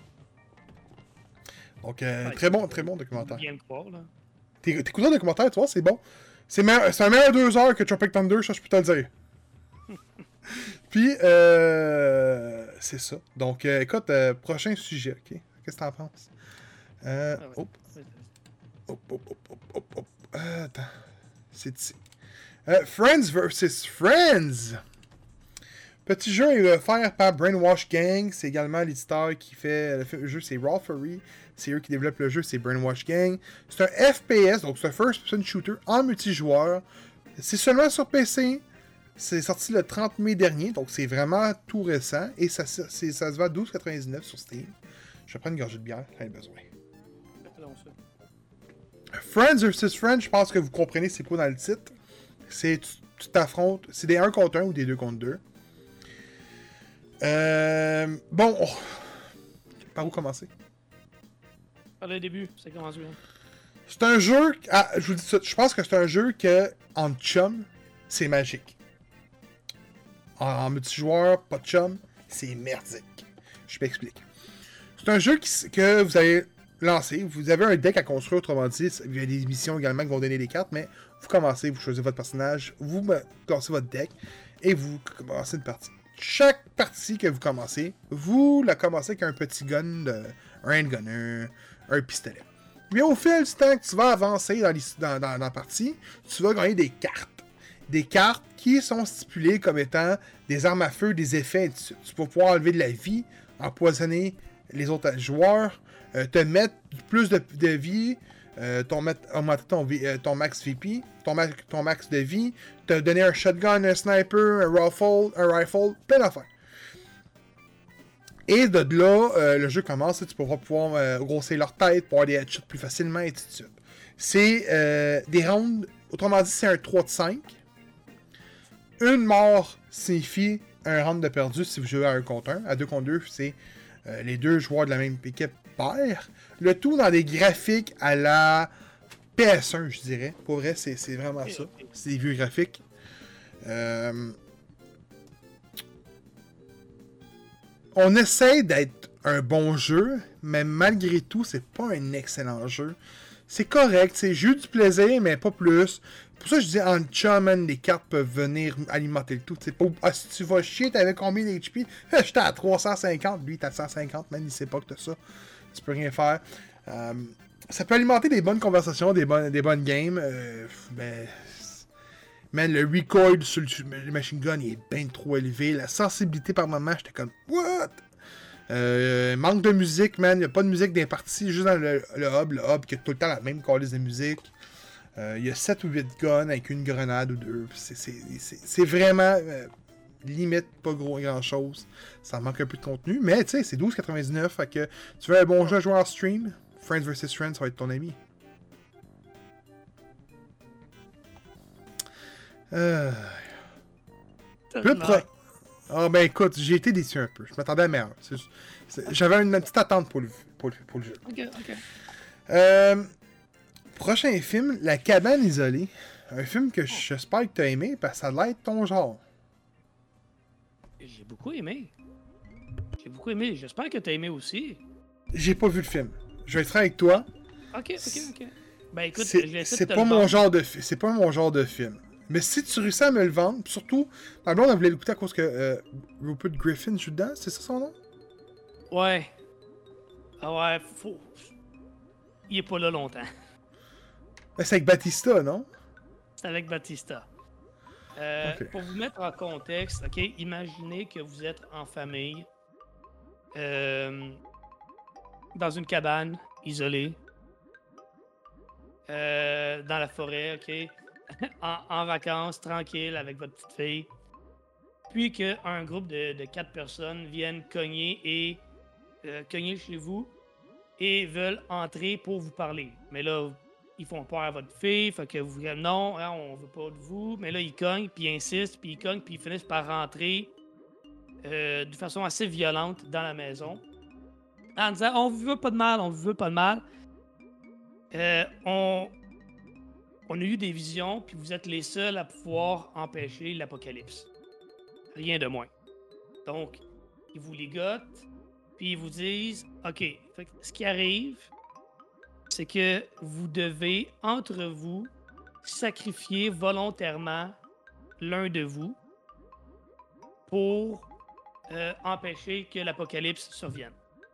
Donc, très bon documentaire. Bien le croire, là. T'écoutes le documentaire, tu vois, c'est bon. C'est un meilleur 2 heures que Tropic Thunder, ça, je peux te le dire. Puis, c'est ça. Donc, écoute, prochain sujet, OK? Qu'est-ce que t'en penses? Hop, hop. Attends. C'est ici. Friends versus Friends! Petit jeu offert par Brainwash Gang. C'est également l'éditeur qui fait le jeu, c'est Raw Fury. C'est eux qui développent le jeu, c'est Brainwash Gang. C'est un FPS, donc c'est un first-person shooter en multijoueur. C'est seulement sur PC. C'est sorti le 30 mai dernier, donc c'est vraiment tout récent. Et ça se vend à 12,99$ sur Steam. Je vais prendre une gorgée de bière, j'en ai besoin. Friends vs. Friends, je pense que vous comprenez c'est quoi dans le titre. C'est tu t'affrontes, c'est des 1 contre 1 ou des 2 contre 2. Par où commencer? Par le début, ça commence bien. C'est un jeu, je vous dis ça, je pense que c'est un jeu que, en chum, c'est magique. En multijoueur, pas de chum, c'est merdique. Je m'explique. C'est un jeu que vous allez lancer. Vous avez un deck à construire, autrement dit. Il y a des missions également qui vont donner des cartes, mais vous commencez, vous choisissez votre personnage, vous lancez votre deck et vous commencez une partie. Chaque partie que vous commencez, vous la commencez avec un petit gun, un handgun, un pistolet. Mais au fil du temps que tu vas avancer dans la partie, tu vas gagner des cartes. Des cartes qui sont stipulées comme étant des armes à feu, des effets, et tu vas pouvoir enlever de la vie, empoisonner les autres joueurs, te mettre plus de vie, augmenter ton max VP, ton max de vie, te donner un shotgun, un sniper, un rifle, plein d'affaires. Et de là, le jeu commence, tu pourras pouvoir grossir leur tête, pouvoir des headshots plus facilement, et ainsi de suite. C'est des rounds, autrement dit, c'est un 3 de 5. Une mort signifie un round de perdu si vous jouez à 1 contre 1. À 2 contre 2, c'est les deux joueurs de la même équipe perdent. Le tout dans des graphiques à la PS1, je dirais. Pour vrai, c'est vraiment ça. C'est des vieux graphiques. On essaie d'être un bon jeu, mais malgré tout, c'est pas un excellent jeu. C'est correct, j'ai eu du plaisir, mais pas plus. Pour ça, je dis en chum, man, les cartes peuvent venir alimenter le tout. C'est pas, si tu vas chier, t'avais combien d'HP? J'étais à 350, lui, t'as 150, man, il sait pas que t'as ça. Tu peux rien faire. Ça peut alimenter des bonnes conversations, des bonnes games. Man, le recoil sur le machine gun, il est bien trop élevé. La sensibilité par moment, j'étais comme, what? Manque de musique, man. Il n'y a pas de musique des parties, juste dans le hub. Le hub qui a tout le temps la même calice de musique. Il y a 7 ou 8 guns avec une grenade ou deux. C'est vraiment limite pas grand chose. Ça manque un peu de contenu. Mais tu sais, c'est 12,99. Fait que tu veux un bon jeu à jouer en stream, Friends vs. Friends, ça va être ton ami. Ah ben écoute, j'ai été déçu un peu. Je m'attendais à meilleur. J'avais une petite attente pour le jeu. Ok. Prochain film, La cabane isolée. Un film que j'espère que tu as aimé parce que ça a l'air de ton genre. J'ai beaucoup aimé. J'espère que t'as aimé aussi. J'ai pas vu le film. Je vais être franc avec toi. Ok. Ben écoute, c'est pas mon genre de film. Mais si tu réussis à me le vendre, pis surtout, ma blonde, elle voulait l'écouter à cause que Rupert Griffin joue dedans, c'est ça son nom? Ouais. Ah ouais, faut... Il est pas là longtemps. C'est avec Batista, non? C'est avec Batista. Okay. Pour vous mettre en contexte, ok, imaginez que vous êtes en famille, dans une cabane, isolée, dans la forêt, ok? en vacances, tranquille, avec votre petite fille. Puis qu'un groupe de 4 personnes viennent cogner chez vous et veulent entrer pour vous parler. Mais là, ils font peur à votre fille, fait que vous dites non, hein, on veut pas de vous. Mais là, ils cognent, puis ils insistent, puis ils cognent, puis ils finissent par rentrer de façon assez violente dans la maison. En disant on vous veut pas de mal. On a eu des visions, puis vous êtes les seuls à pouvoir empêcher l'apocalypse. Rien de moins. Donc, ils vous ligotent, puis ils vous disent OK, fait que ce qui arrive, c'est que vous devez, entre vous, sacrifier volontairement l'un de vous pour empêcher que l'apocalypse survienne.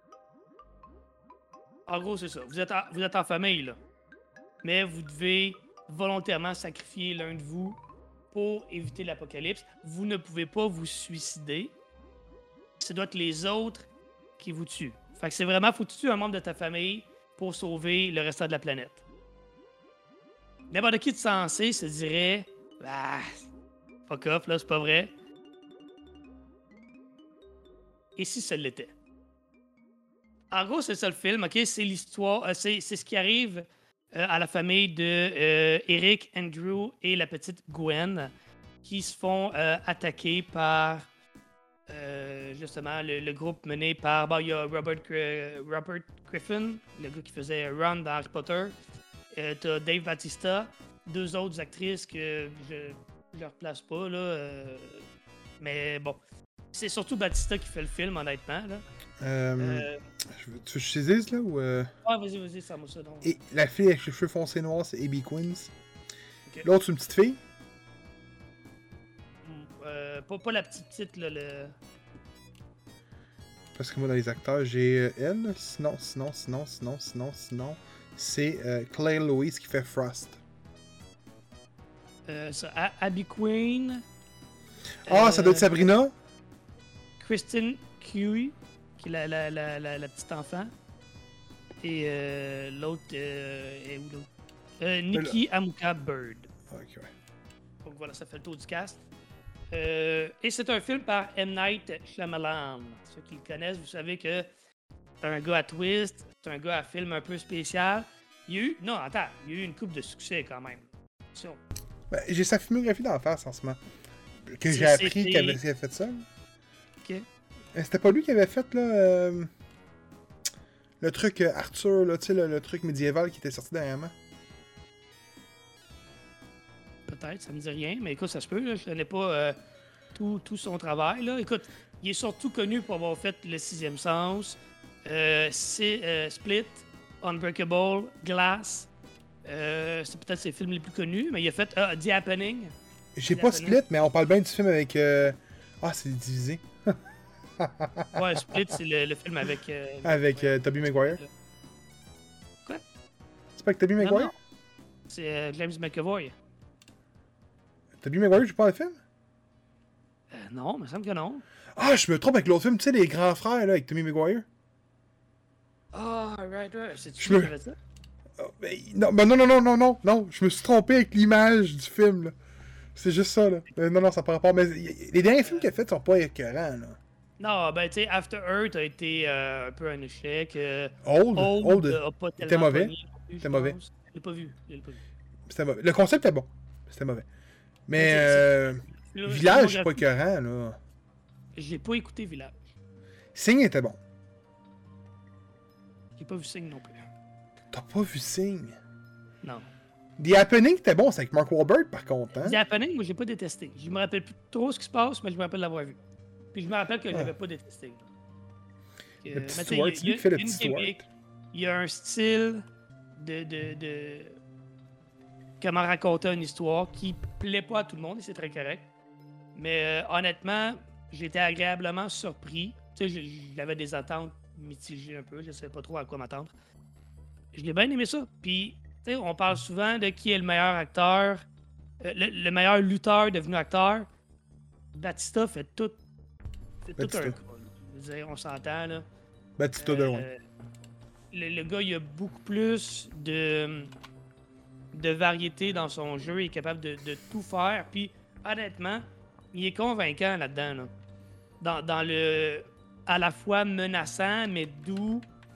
En gros, c'est ça. Vous êtes en famille, là. Mais vous devez volontairement sacrifier l'un de vous pour éviter l'apocalypse. Vous ne pouvez pas vous suicider. Ce doit être les autres qui vous tuent. Fait que c'est vraiment, faut que tu tues un membre de ta famille pour sauver le restant de la planète. N'importe qui de sensé se dirait ah, fuck off, là, c'est pas vrai. Et si ça l'était? En gros, c'est ça le film, ok? C'est l'histoire, c'est ce qui arrive à la famille de Eric, Andrew et la petite Gwen qui se font attaquer par justement le groupe mené par. Bon, il y a Robert Griffin, le gars qui faisait Ron dans Harry Potter. T'as Dave Bautista, deux autres actrices que je ne replace pas, là. Mais bon, c'est surtout Bautista qui fait le film, honnêtement, là. Tu veux que je saisisse, là, ou... Ah, vas-y, ça moi ça, donc. Et la fille avec les cheveux foncés noirs, c'est Abby Queens. Ok. L'autre, c'est une petite fille. Pas la petite, là, le... Parce que moi, dans les acteurs, j'ai elle. Sinon, c'est Claire Louise qui fait Frost. Ça, Abby Queen. Ça doit être Sabrina. Kristen Cui, qui est la petite enfant. Et l'autre est où l'autre? Nikki Amuka Bird. Ok, ouais. Donc voilà, ça fait le tour du cast. Et c'est un film par M. Night Shyamalan. Ceux qui le connaissent, vous savez que c'est un gars à twist, c'est un gars à film un peu spécial. Il y a eu une couple de succès quand même. So, Ben, j'ai sa filmographie d'en face en ce moment. Que C'est- j'ai appris c'était- qu'il avait fait ça. ok. C'était pas lui qui avait fait là, le truc Arthur, là, tu sais, le truc médiéval qui était sorti dernièrement. Peut-être, ça me dit rien, mais écoute, ça se peut. Là, je connais pas tout son travail. Là. Écoute, il est surtout connu pour avoir fait Le Sixième Sens, Split, Unbreakable, Glass. C'est peut-être ses films les plus connus, mais il a fait The Happening. J'ai pas Split, mais on parle bien du film avec. C'est divisé. Ouais, Split, c'est le film avec. Avec Tobey Maguire. Quoi? C'est pas avec Tobey Maguire? Non. C'est James McAvoy. Tobey Maguire joue pas le film? Non, il me semble que non. Ah, je me trompe avec l'autre film, tu sais, les grands frères là, avec Tobey Maguire. Ah, right. C'est-tu Je me- qui avait ça? Non, je me suis trompé avec l'image du film, là. C'est juste ça, là. Non, ça par rapport. Mais les derniers films qu'il a fait sont pas écœurants, là. Non, ben, tu sais, After Earth a été un peu un échec. Old, a pas tellement était mauvais. pogné non plus, je C'était mauvais. pense. Je l'ai pas vu. C'était mauvais. Le concept est bon. C'était mauvais. Mais Le- Village, c'est le- pas écœurant, là. J'ai pas écouté Village. Signe était bon. J'ai pas vu Signe non plus. T'as pas vu Signe? Non. The Happening était bon, c'est avec Mark Wahlberg, par contre, hein? The Happening, moi, j'ai pas détesté. Je me rappelle plus trop ce qui se passe, mais je me rappelle l'avoir vu. Puis je me rappelle que je l'avais pas détesté. là. Le petit mais tu sais, Stuart, il y a- c'est lui qui fait le il y a petit une Stuart. gimmick, il y a un style de comment raconter une histoire qui plaît pas à tout le monde et c'est très correct. Mais honnêtement, j'étais agréablement surpris. Tu sais, j'avais des attentes mitigées un peu, je savais pas trop à quoi m'attendre. Je l'ai bien aimé ça. Puis, tu sais, on parle souvent de qui est le meilleur acteur, le meilleur lutteur devenu acteur. Batista fait tout un Batista. gars, là. Je veux dire, on s'entend, là. Batista de loin. Le gars, il a beaucoup plus de variété dans son jeu. Il est capable de tout faire. Puis, honnêtement, il est convaincant là-dedans. Là. Dans le à la fois menaçant, mais doux.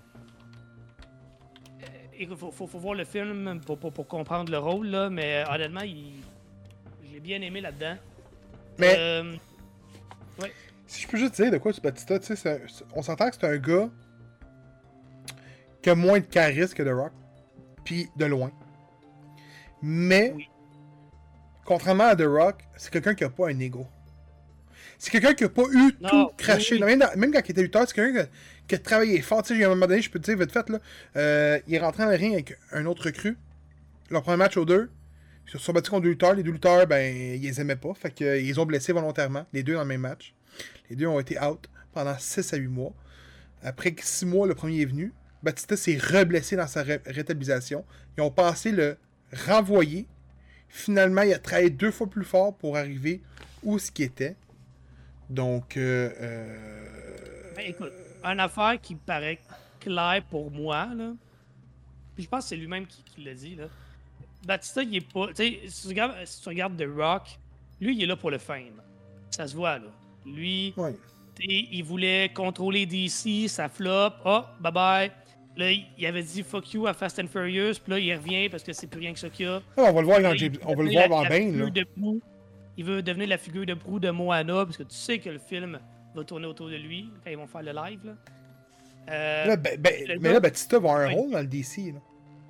Il faut voir le film pour comprendre le rôle, là, mais honnêtement, je l'ai bien aimé là-dedans. Mais si je peux juste dire de quoi tu Batista, tu sais, on s'entend que c'est un gars qui a moins de charisme que The Rock, puis de loin. Mais, Oui. contrairement à The Rock, c'est quelqu'un qui a pas un ego. C'est quelqu'un qui a pas eu Non, tout craché. oui. Même quand il était lutteur, c'est quelqu'un qui a travaillé fort. Tu sais, à un moment donné, je peux te dire vite fait, là, il est rentré dans le ring avec un autre recrue. Leur premier match aux deux. Ils se sont battus contre deux lutteurs. Les deux lutteurs, ben, ils les aimaient pas. Fait qu'ils ont blessé volontairement, les deux dans le même match. Les deux ont été out pendant 6 à 8 mois. Après 6 mois, le premier est venu. Batista s'est reblessé dans sa rétablissation. Ils ont pensé le renvoyer. Finalement, il a travaillé 2 fois plus fort pour arriver où ce qui était. Donc, Écoute, une affaire qui me paraît claire pour moi, là, puis je pense que c'est lui-même qui l'a dit, là. Batista, il est pas... Tu sais, si tu regardes The Rock, lui, il est là pour le fame. Ça se voit, là. Lui, ouais. il voulait contrôler DC, ça flop. Oh, bye-bye. Là, il avait dit fuck you à Fast and Furious, puis là, il revient parce que c'est plus rien que ça qu'il y a. On va le voir dans Là, James... il On va le devenait voir dans la Bane, figure là. de proue. Il veut devenir la figure de proue de Moana, parce que tu sais que le film va tourner autour de lui quand ils vont faire le live, là. Là, mais là, Batista va avoir un Ouais. rôle dans le DC, là.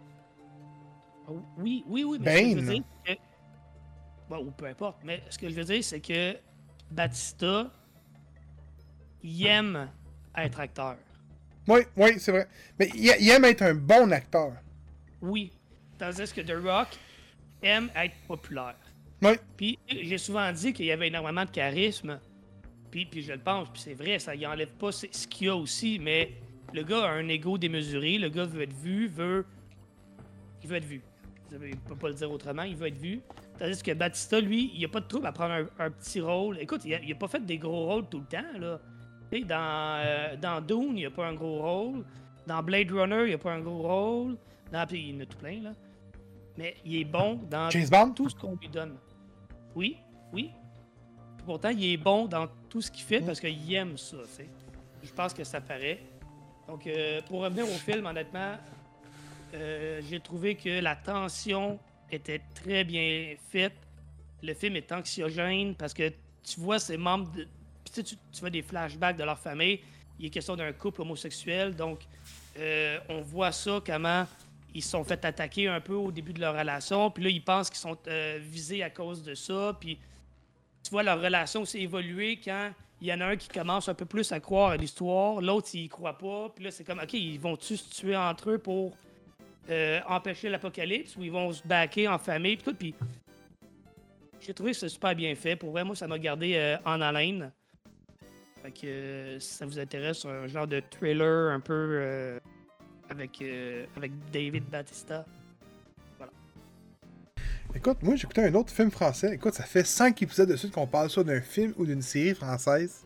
Oui, mais ce que je Bane, veux là. dire, c'est que... Bon, ou peu importe, mais ce que je veux dire, c'est que Batista, il aime être acteur. Oui, c'est vrai. Mais il aime être un bon acteur. Oui. Tandis que The Rock aime être populaire. Oui. Puis j'ai souvent dit qu'il y avait énormément de charisme. Puis je le pense, puis c'est vrai, ça y enlève pas ce qu'il y a aussi, mais le gars a un ego démesuré, le gars veut être vu, il veut être vu. Il peut pas le dire autrement, il veut être vu. Tandis que Batista, lui, il a pas de trouble à prendre un petit rôle. Écoute, il a pas fait des gros rôles tout le temps, là. Tu sais, dans Dune, il a pas un gros rôle. Dans Blade Runner, il a pas un gros rôle. Puis il y en a tout plein, là. Mais il est bon dans James Bond? tout ce qu'on lui donne. Oui. Puis pourtant, il est bon dans tout ce qu'il fait parce qu'il aime ça, tu sais. Je pense que ça paraît. Donc, pour revenir au film, honnêtement, j'ai trouvé que la tension était très bien faite. Le film est anxiogène parce que tu vois ses membres de... Puis tu vois des flashbacks de leur famille. Il est question d'un couple homosexuel. Donc, on voit ça, comment ils se sont fait attaquer un peu au début de leur relation. Puis là, ils pensent qu'ils sont visés à cause de ça. Puis tu vois leur relation aussi évoluer quand il y en a un qui commence un peu plus à croire à l'histoire. L'autre, il y croit pas. Puis là, c'est comme, OK, ils vont-tu se tuer entre eux pour empêcher l'apocalypse ou ils vont se backer en famille? Puis j'ai trouvé que c'est super bien fait. Pour vrai, moi, ça m'a gardé en haleine. Fait que si ça vous intéresse, un genre de thriller un peu avec David Batista. Voilà. Écoute, moi, j'écoutais un autre film français. Écoute, ça fait 5 épisodes de suite qu'on parle soit d'un film ou d'une série française.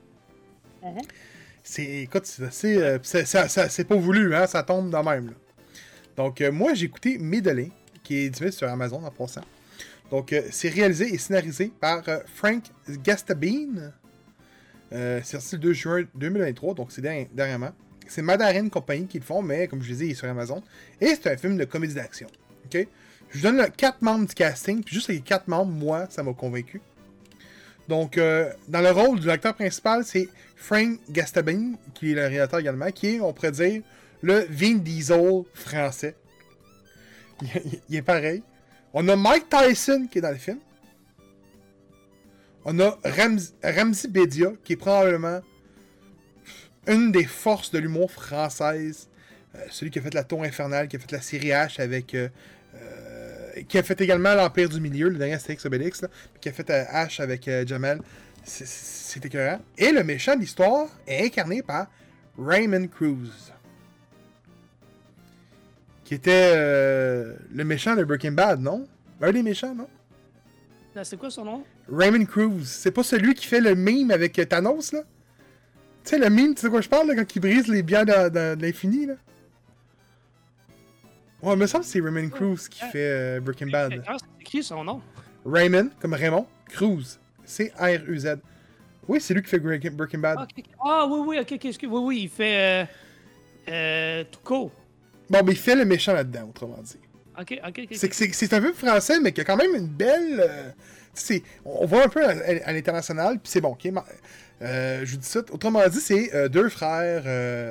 Écoute, c'est assez... c'est pas voulu, hein? Ça tombe dans même, là. Donc, moi, j'ai écouté Medellin, qui est disponible sur Amazon en passant. Donc, c'est réalisé et scénarisé par Frank Gastabine. C'est sorti le 2 juin 2023, donc c'est dernièrement. C'est Mandarin Company qui le font, mais comme je le disais, il est sur Amazon. Et c'est un film de comédie d'action. OK? Je vous donne 4 membres du casting, puis juste les 4 membres, moi, ça m'a convaincu. Donc, dans le rôle du acteur principal, c'est Frank Gastabine, qui est le réalisateur également, qui est, on pourrait dire, le Vin Diesel français. Il est pareil. On a Mike Tyson qui est dans le film. On a Ramzi Bedia, qui est probablement une des forces de l'humour française. Celui qui a fait La Tour Infernale, qui a fait la série H avec... qui a fait également L'Empire du Milieu, le dernier Astérix Obélix, là, qui a fait H avec Jamel. C'est écœurant. Et le méchant de l'histoire est incarné par Raymond Cruz. Qui était le méchant de Breaking Bad, non? Un des méchants, non? C'est quoi son nom? Raymond Cruz. C'est pas celui qui fait le meme avec Thanos, là? Tu sais, le meme, tu sais de quoi je parle, là, quand il brise les biens de l'infini, là? Ouais, il me semble que c'est Raymond Cruz qui fait Breaking Bad. Ah, c'est écrit son nom. Raymond, comme Raymond, Cruz. C-R-U-Z. Oui, c'est lui qui fait Breaking Bad. Ah, oui, ok, oui, il fait Tuco. Bon, mais il fait le méchant là-dedans, autrement dit. Ok. C'est un film français, mais qui a quand même une belle... on voit un peu à l'international, puis c'est bon, ok? Je vous dis ça. Autrement dit, c'est 2 frères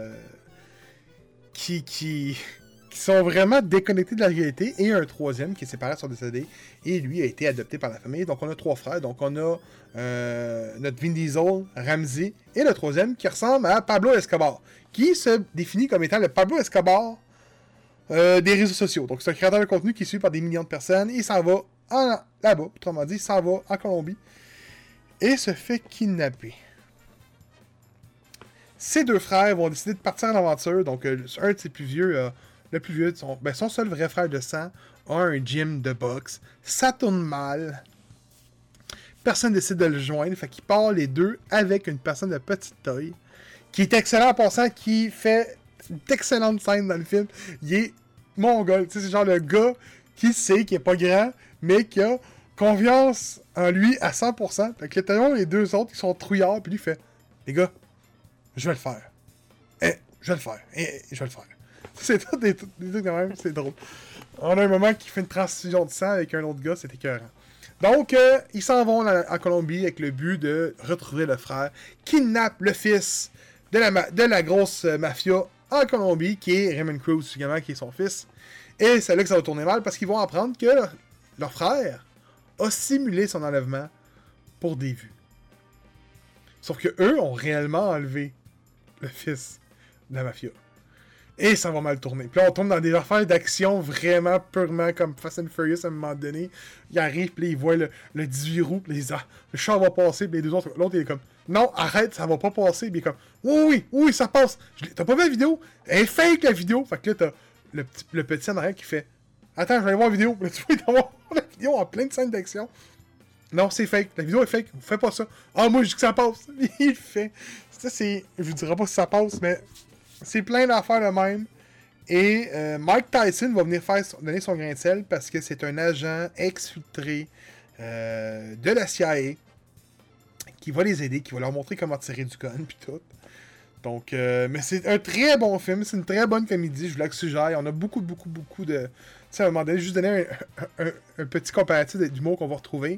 qui sont vraiment déconnectés de la réalité, et un troisième qui est séparé sur décédé, et lui a été adopté par la famille. Donc on a 3 frères. Donc on a notre Vin Diesel, Ramsey, et le troisième qui ressemble à Pablo Escobar, qui se définit comme étant le Pablo Escobar des réseaux sociaux. Donc c'est un créateur de contenu qui est suivi par des millions de personnes, et il s'en va là-bas, autrement dit, il s'en va en Colombie, et se fait kidnapper Ces deux frères vont décider de partir en aventure. Donc, un de ses plus vieux, le plus vieux, son seul vrai frère de sang, a un gym de boxe. Ça tourne mal. Personne décide de le joindre. Fait qu'il part les deux avec une personne de petite taille, qui est excellent en passant, qui fait d'excellentes scènes dans le film. Il est mongol. Tu sais, c'est genre le gars qui sait qu'il est pas grand, mais qui a confiance en lui à 100%. Fait que les deux autres, qui sont trouillards, puis lui fait « Les gars, je vais le faire. Je vais le faire. Je vais le faire. » C'est tout des trucs quand même, c'est drôle. On a un moment qui fait une transfusion de sang avec un autre gars, c'est écœurant. Donc, ils s'en vont en Colombie avec le but de retrouver le frère, kidnappe le fils de la grosse mafia en Colombie, qui est Raymond Cruz, également, qui est son fils. Et c'est là que ça va tourner mal, parce qu'ils vont apprendre que leur frère a simulé son enlèvement pour des vues. Sauf que eux ont réellement enlevé le fils de la mafia. Et ça va mal tourner. Puis là, on tombe dans des affaires d'action vraiment purement comme Fast and Furious à un moment donné. Il arrive, puis là, il voit le 18 roues, puis le char va passer, puis les deux autres, l'autre, il est comme, non, arrête, ça va pas passer. Puis il est comme, oui, ça passe. T'as pas vu la vidéo? Elle est fake, la vidéo. Fait que là, t'as le petit en arrière qui fait, attends, je vais aller voir la vidéo. Là, tu vois, voir la vidéo en pleine scène d'action. Non, c'est fake. La vidéo est fake. Fais pas ça. Ah, moi, je dis que ça passe. Il le fait. Ça, c'est, je vous dirai pas si ça passe, mais c'est plein d'affaires de même. Et Mike Tyson va venir donner son grain de sel parce que c'est un agent exfiltré de la CIA qui va les aider, qui va leur montrer comment tirer du gun puis tout. Donc, mais c'est un très bon film, c'est une très bonne comédie, je vous la suggère. On a beaucoup de... Tu sais, à un moment donné, juste donner un petit comparatif d'humour qu'on va retrouver.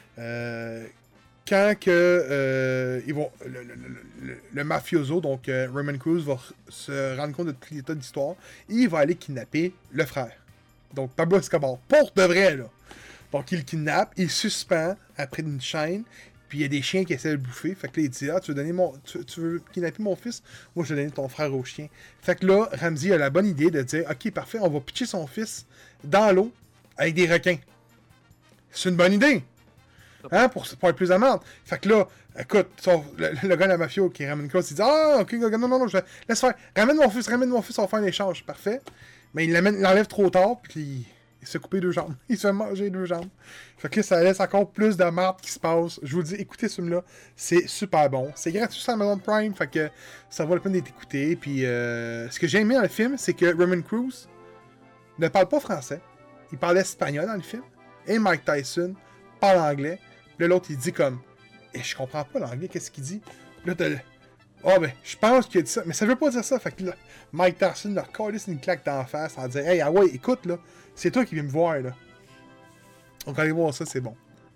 Quand que ils vont, le mafioso, donc Raymond Cruz, va se rendre compte de tout l'état d'histoire, et il va aller kidnapper le frère. Donc Pablo Escobar, pour de vrai, là. Donc il le kidnappe, il suspend après d'une chaîne, puis il y a des chiens qui essaient de le bouffer. Fait que là, il dit, ah, tu veux kidnapper mon fils? Moi, je vais donner ton frère au chien. Fait que là, Ramsey a la bonne idée de dire, ok, parfait, on va pitcher son fils dans l'eau avec des requins. C'est une bonne idée. Hein, pour être plus amende. Fait que là, écoute, le gars de la mafia qui ramène Cruz, il dit, ah, ok, non, laisse faire. Ramène mon fils, on va faire un échange. Parfait. Mais il l'enlève trop tard, puis il se fait couper 2 jambes. Il se fait manger 2 jambes. Fait que là, ça laisse encore plus de marde qui se passe. Je vous le dis, écoutez ce film-là, c'est super bon. C'est gratuit sur Amazon Prime, fait que ça vaut la peine d'être écouté. Puis ce que j'ai aimé dans le film, c'est que Raymond Cruz ne parle pas français. Il parle espagnol dans le film. Et Mike Tyson parle anglais. Là, l'autre, il dit comme, je comprends pas l'anglais, qu'est-ce qu'il dit? Là, ben, je pense qu'il a dit ça, mais ça veut pas dire ça. Fait que là, Mike Tyson leur calisse une claque d'en face en disant, hey, ah ouais, écoute, là, c'est toi qui viens me voir, là. Donc, allez voir ça, c'est bon.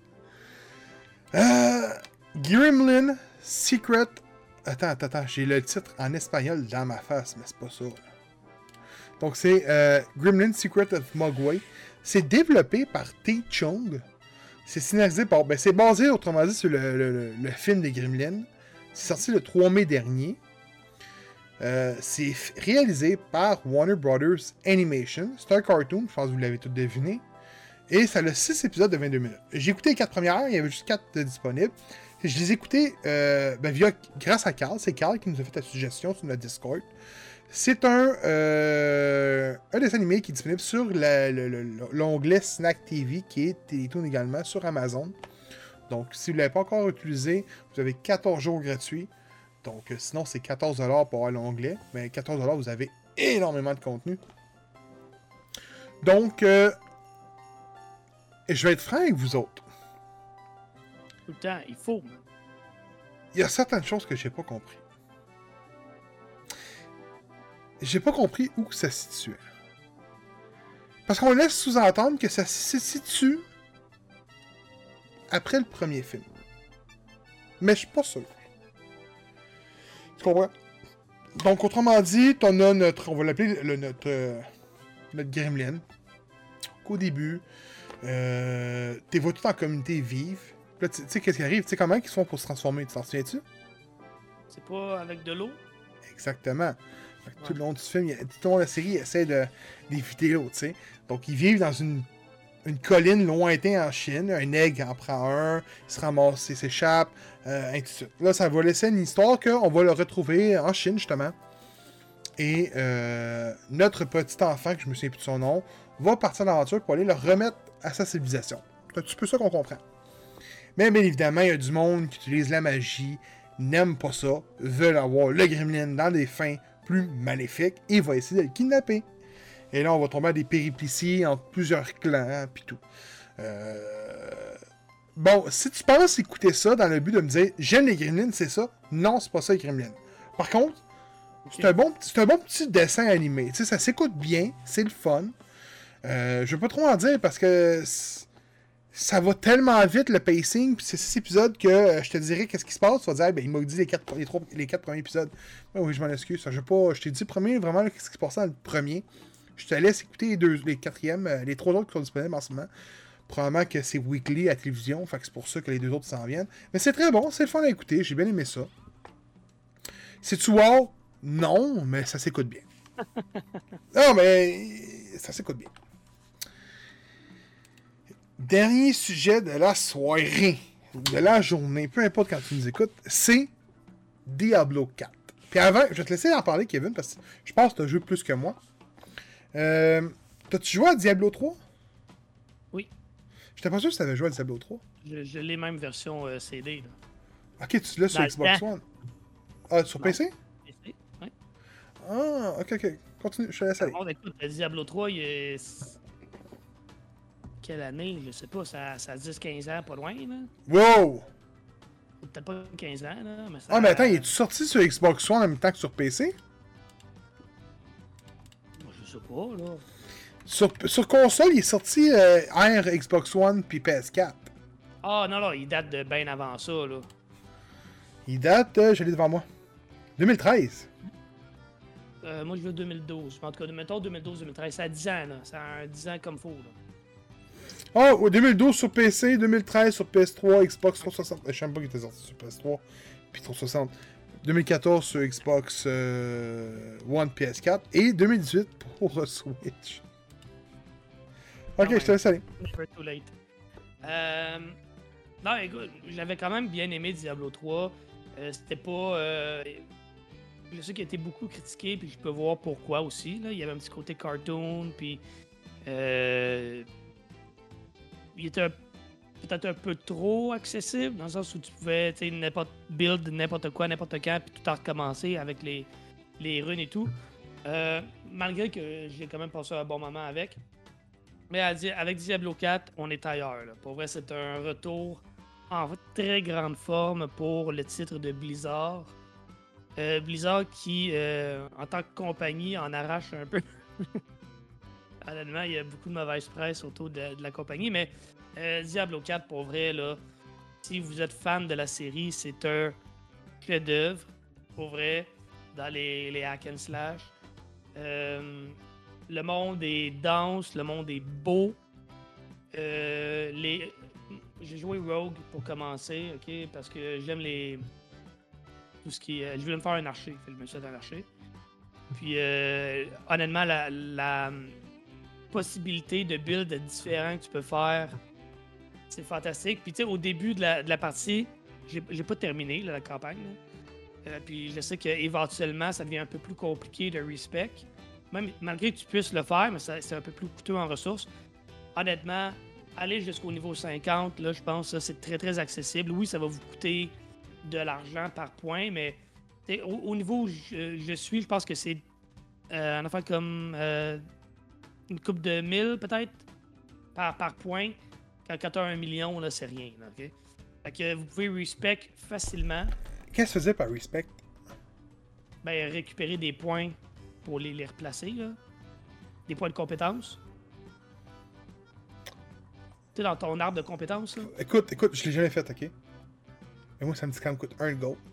Gremlin Secret. Attends, j'ai le titre en espagnol dans ma face, mais c'est pas ça, là. Donc, c'est Gremlin Secret of Mogwai. C'est développé par T. Chung. C'est scénarisé par... Ben, c'est basé, autrement dit, sur le film des Gremlins. C'est sorti le 3 mai dernier. C'est réalisé par Warner Brothers Animation. C'est un cartoon, je pense que vous l'avez tous deviné. Et ça a 6 épisodes de 22 minutes. J'ai écouté les 4 premières, il y avait juste 4 disponibles. Je les ai écoutés grâce à Carl. C'est Carl qui nous a fait la suggestion sur notre Discord. C'est un dessin animé qui est disponible sur l'onglet Snack TV, qui est Télétoon également sur Amazon. Donc, si vous ne l'avez pas encore utilisé, vous avez 14 jours gratuits. Donc, sinon, c'est 14$ pour avoir l'onglet. Mais 14$, vous avez énormément de contenu. Donc, je vais être franc avec vous autres. Tout le temps, il faut. Il y a certaines choses que j'ai pas compris. J'ai pas compris où ça se situait. Parce qu'on laisse sous-entendre que ça se situe après le premier film. Mais je suis pas sûr. Tu comprends? Donc, autrement dit, on a on va l'appeler notre Gremlin. Qu'au début, t'es vois tout en communauté vive. Là, tu sais, qu'est-ce qui arrive? Tu sais comment ils se font pour se transformer? Tu t'en souviens-tu? C'est pas avec de l'eau? Exactement. Tout le long du film, tout le long de la série, il essaie d'éviter l'eau, tu sais. Donc, ils vivent dans une une colline lointaine en Chine. Un aigle en prend un, il se ramasse, il s'échappe, ainsi de suite. Là, ça va laisser une histoire qu'on va le retrouver en Chine, justement. Et notre petit enfant, que je me souviens plus de son nom, va partir en aventure pour aller le remettre à sa civilisation. C'est un petit peu ça qu'on comprend. Mais bien évidemment, il y a du monde qui utilise la magie, n'aime pas ça, veulent avoir le gremlin dans des fins plus maléfiques et va essayer de le kidnapper. Et là, on va tomber à des péripéties entre plusieurs clans, puis tout. Bon, si tu penses écouter ça dans le but de me dire « J'aime les gremlins, c'est ça », non, c'est pas ça les gremlins. Par contre, c'est un bon petit dessin animé. Tu sais, ça s'écoute bien, c'est le fun. Je veux pas trop en dire parce que ça va tellement vite le pacing, puis c'est 6 épisodes que je te dirais qu'est-ce qui se passe. Tu vas dire, ben, il m'a dit les 4 premiers épisodes. Ben oui, je m'en excuse. Je t'ai dit premier, vraiment, qu'est-ce qui se passait dans le premier. Je te laisse écouter les quatrièmes, les 3 autres qui sont disponibles en ce moment. Probablement que c'est weekly à la télévision, fait que c'est pour ça que les 2 autres s'en viennent. Mais c'est très bon, c'est le fun à écouter, j'ai bien aimé ça. C'est-tu wow? Non, mais ça s'écoute bien. Non, mais ça s'écoute bien. Dernier sujet de la soirée, de la journée, peu importe quand tu nous écoutes, c'est Diablo 4. Puis avant, je vais te laisser en parler, Kevin, parce que je pense que tu as joué plus que moi. T'as-tu joué à Diablo 3? Oui. J'étais pas sûr que tu avais joué à Diablo 3. Je l'ai même version CD. Là. Ok, tu l'as sur Xbox One. Ah, sur PC? PC, oui. Ah, ok. Continue, je te laisse aller. Bon, écoute, Diablo 3, il est... Quelle année? Je sais pas, ça a 10-15 ans, pas loin, là. Wow! Peut-être pas 15 ans, là, mais ça... Ah, mais attends, il est sorti sur Xbox One en même temps que sur PC? Je sais pas, là. Sur console, il est sorti R, Xbox One, puis PS4. Ah, non, il date de bien avant ça, là. Il date, je l'ai devant moi. 2013. Moi, je veux 2012. En tout cas, mettons 2012-2013. Ça a 10 ans, là. Ça a 10 ans comme faux, là. Ah, ouais, 2012 sur PC, 2013 sur PS3, Xbox 360. Je sais même pas qu'il était sorti sur PS3, puis 360. 2014 sur Xbox One, PS4. Et 2018 pour Switch. Ok, je te laisse aller. Never too late. Non, écoute, j'avais quand même bien aimé Diablo 3. C'était pas... je sais qu'il a été beaucoup critiqué, puis je peux voir pourquoi aussi. Là. Il y avait un petit côté cartoon, puis... il était peut-être un peu trop accessible, dans le sens où tu pouvais build n'importe quoi, n'importe quand, puis tout à recommencer avec les runes et tout. Malgré que j'ai quand même passé un bon moment avec. Mais avec Diablo 4, on est ailleurs. Là. Pour vrai, c'est un retour en très grande forme pour le titre de Blizzard. Blizzard qui, en tant que compagnie, en arrache un peu. Honnêtement, il y a beaucoup de mauvaise presse autour de la compagnie, mais Diablo 4, pour vrai, là, si vous êtes fan de la série, c'est un chef-d'œuvre, pour vrai, dans les hack and slash. Le monde est dense, le monde est beau. J'ai joué Rogue pour commencer, ok, parce que j'aime tout ce qui est. Je voulais me faire un archer, je me suis fait un archer. Puis honnêtement, la possibilité de build différents que tu peux faire, c'est fantastique. Puis tu sais, au début de la partie, j'ai pas terminé là, la campagne. Puis je sais qu'éventuellement, ça devient un peu plus compliqué de respec. Même malgré que tu puisses le faire, mais c'est un peu plus coûteux en ressources. Honnêtement, aller jusqu'au niveau 50, là, je pense que c'est très très accessible. Oui, ça va vous coûter de l'argent par point, mais au niveau où je suis, je pense que c'est en affaire comme une coupe de 1000 peut-être par point. Quand tu as 1 million, là, c'est rien. Là, okay? Fait que vous pouvez respec facilement. Qu'est-ce que tu faisais par respect? Ben, récupérer des points pour les replacer. Là. Des points de compétence. Tu sais, dans ton arbre de compétences. Là. Écoute, je l'ai jamais fait, ok? Mais moi, ça me dit quand même coûte 1 gold.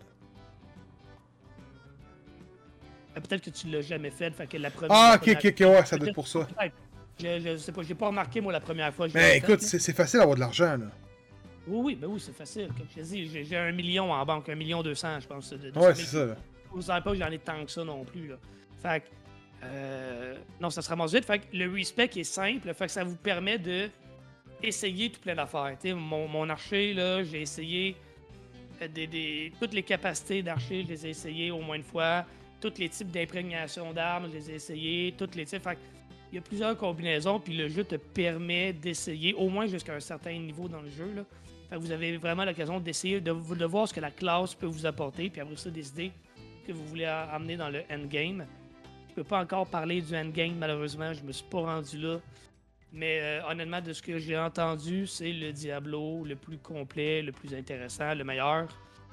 Peut-être que tu l'as jamais fait, fait que la première... Ah, ok, ouais, ça doit être pour ça. Je sais pas, j'ai pas remarqué, moi, la première fois. Mais écoute, c'est facile d'avoir de l'argent, là. Oui, c'est facile. Comme je te dis, j'ai 1 million en banque, 1 million 200, je pense. Ouais, c'est ça, là. Vous savez pas que j'en ai tant que ça non plus, là. Fait que... non, ça se ramasse vite. Fait que le respec est simple, fait que ça vous permet de essayé tout plein d'affaires. Tu sais, mon archer, là, j'ai essayé toutes les capacités d'archer, je les ai essayées au moins une fois. Tous les types d'imprégnation d'armes, je les ai essayés. Tous les types. Fait que il y a plusieurs combinaisons, puis le jeu te permet d'essayer, au moins jusqu'à un certain niveau dans le jeu. Là. Fait que vous avez vraiment l'occasion d'essayer de voir ce que la classe peut vous apporter, puis après ça, décider que vous voulez amener dans le endgame. Je peux pas encore parler du endgame, malheureusement, je me suis pas rendu là. Mais honnêtement, de ce que j'ai entendu, c'est le Diablo le plus complet, le plus intéressant, le meilleur.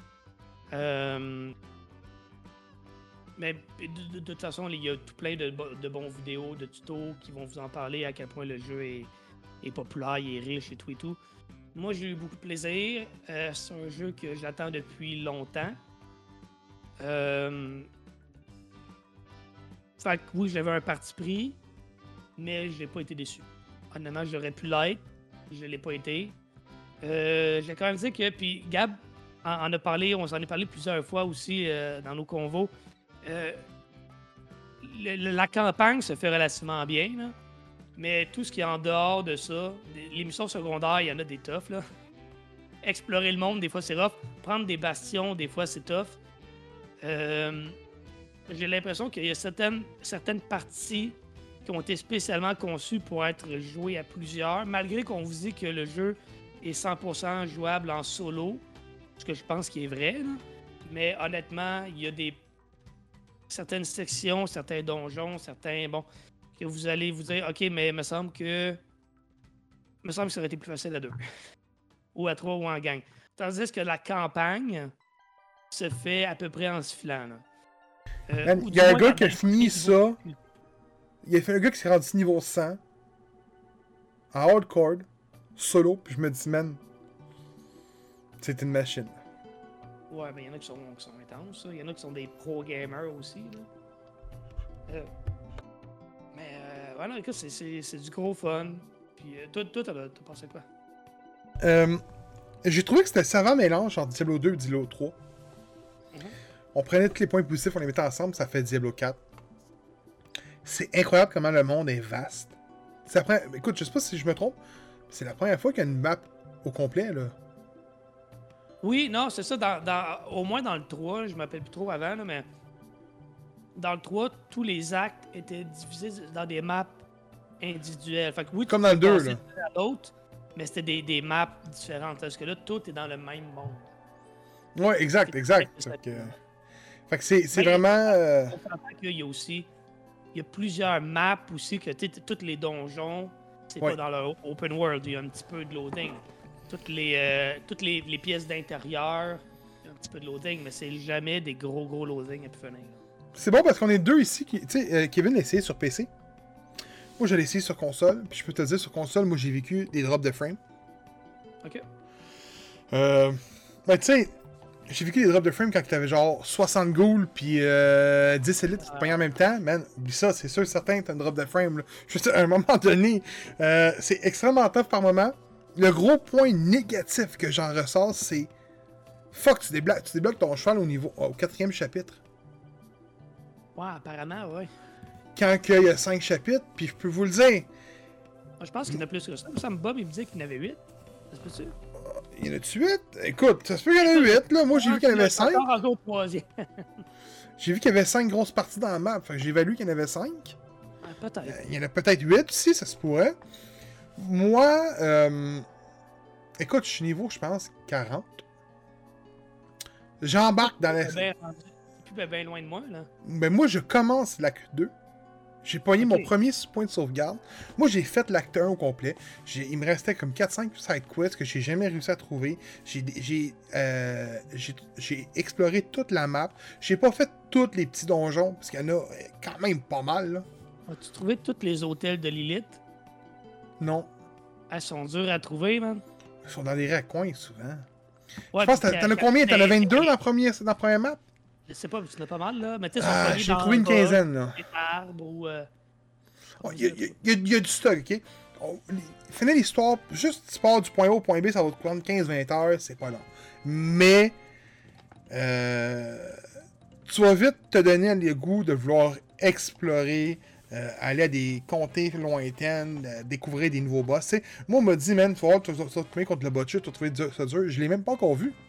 Mais de toute façon, il y a tout plein de bons vidéos, de tutos qui vont vous en parler à quel point le jeu est populaire, il est riche et tout et tout. Moi, j'ai eu beaucoup de plaisir. C'est un jeu que j'attends depuis longtemps. Fait que oui, j'avais un parti pris, mais je n'ai pas été déçu. Honnêtement, j'aurais pu l'être. Je l'ai pas été. J'ai quand même dit que... Puis Gab en a parlé, on s'en est parlé plusieurs fois aussi dans nos convos. La campagne se fait relativement bien, là. Mais tout ce qui est en dehors de ça, les missions secondaires, il y en a des toughs, là. Explorer le monde, des fois, c'est rough. Prendre des bastions, des fois, c'est tough. J'ai l'impression qu'il y a certaines parties qui ont été spécialement conçues pour être jouées à plusieurs, malgré qu'on vous dit que le jeu est 100% jouable en solo, ce que je pense qui est vrai, là. Mais honnêtement, il y a certaines sections, certains donjons, que vous allez vous dire, OK, mais il me semble que ça aurait été plus facile à 2. Ou à 3 ou en gang. Tandis que la campagne se fait à peu près en sifflant, là. Il y a un gars qui a fini ça. Il y a un gars qui s'est rendu niveau 100 en hardcore, solo, puis je me dis, man, c'est une machine. Ouais, mais il y en a qui sont intenses, ça. Il y en a qui sont des pro gamers aussi, là. Voilà, écoute, c'est du gros fun. Puis toi, t'as pensé quoi? J'ai trouvé que c'était un savant mélange entre Diablo 2 et Diablo 3. On prenait tous les points positifs, on les mettait ensemble, ça fait Diablo 4. C'est incroyable comment le monde est vaste. Écoute, je sais pas si je me trompe, c'est la première fois qu'il y a une map au complet, là. Oui, non, c'est ça. Au moins dans le 3, je m'appelle plus trop avant, là, mais dans le 3, tous les actes étaient divisés dans des maps individuelles. Fait que oui, comme dans le 2, là. À l'autre, mais c'était des maps différentes. Parce que là, tout est dans le même monde. Ouais, exact. Fait que c'est vraiment... On comprend qu'il y a aussi... Il y a plusieurs maps aussi, que tous les donjons, c'est pas dans le open world. Il y a un petit peu de loading. Toutes les pièces d'intérieur, il y a un petit peu de loading, mais c'est jamais des gros loading à pu finir. C'est bon parce qu'on est deux ici. Tu sais, Kevin l'a essayé sur PC. Moi, je l'ai essayé sur console. Puis je peux te dire, sur console, moi, j'ai vécu des drops de frame. OK. Ben, tu sais, j'ai vécu des drops de frame quand t'avais genre 60 ghouls puis 10 élites qui te pognaient en même temps. Man, oublie ça, c'est sûr certain que t'as un drop de frame. Là. Je veux dire, à un moment donné, c'est extrêmement tough par moment. Le gros point négatif que j'en ressors, c'est... Fuck, tu débloques ton cheval au 4e chapitre. Ouais, apparemment, ouais. Quand il y a 5 chapitres, puis je peux vous le dire... Moi, je pense qu'il y en a plus que ça. Ça me bat, mais il me disait qu'il y en avait 8. Ça se peut-tu? Il y en a-tu 8? Écoute, ça se peut qu'il y en ait 8, là. Moi, j'ai vu qu'il y en avait 5. Encore au 3e. J'ai vu qu'il y avait 5 grosses parties dans la map. Fait que j'ai évalué qu'il y en avait 5. Peut-être. Il y en a peut-être 8 aussi, ça se pourrait. Moi, écoute, je suis niveau, je pense, 40. J'embarque dans la... C'est plus bien loin de moi, là. Ben moi, je commence l'acte 2. J'ai pogné mon premier point de sauvegarde. Moi, j'ai fait l'acte 1 au complet. Il me restait comme 4-5 side quests que j'ai jamais réussi à trouver. J'ai exploré toute la map. J'ai pas fait tous les petits donjons, parce qu'il y en a quand même pas mal, là. As-tu trouvé tous les hôtels de Lilith? Non. Elles sont dures à trouver, man. Ils sont dans des raccoins, souvent. Ouais, je pense que t'en as combien? T'en as 22 dans la première map? Je sais pas, tu en as pas mal, là. Mais tu sais, j'ai trouvé une quinzaine, là. Des arbres ou... Il y a du stock, OK? Finir l'histoire, juste tu pars du point A au point B, ça va te prendre 15-20 heures, c'est pas long. Mais... tu vas vite te donner le goût de vouloir explorer aller à des comtés lointaines, découvrir des nouveaux boss. T'sais, moi, on m'a dit, man, tu vas voir, tu vas te trouver contre le botcher, tu vas trouver ça dur. Je l'ai même pas encore vu.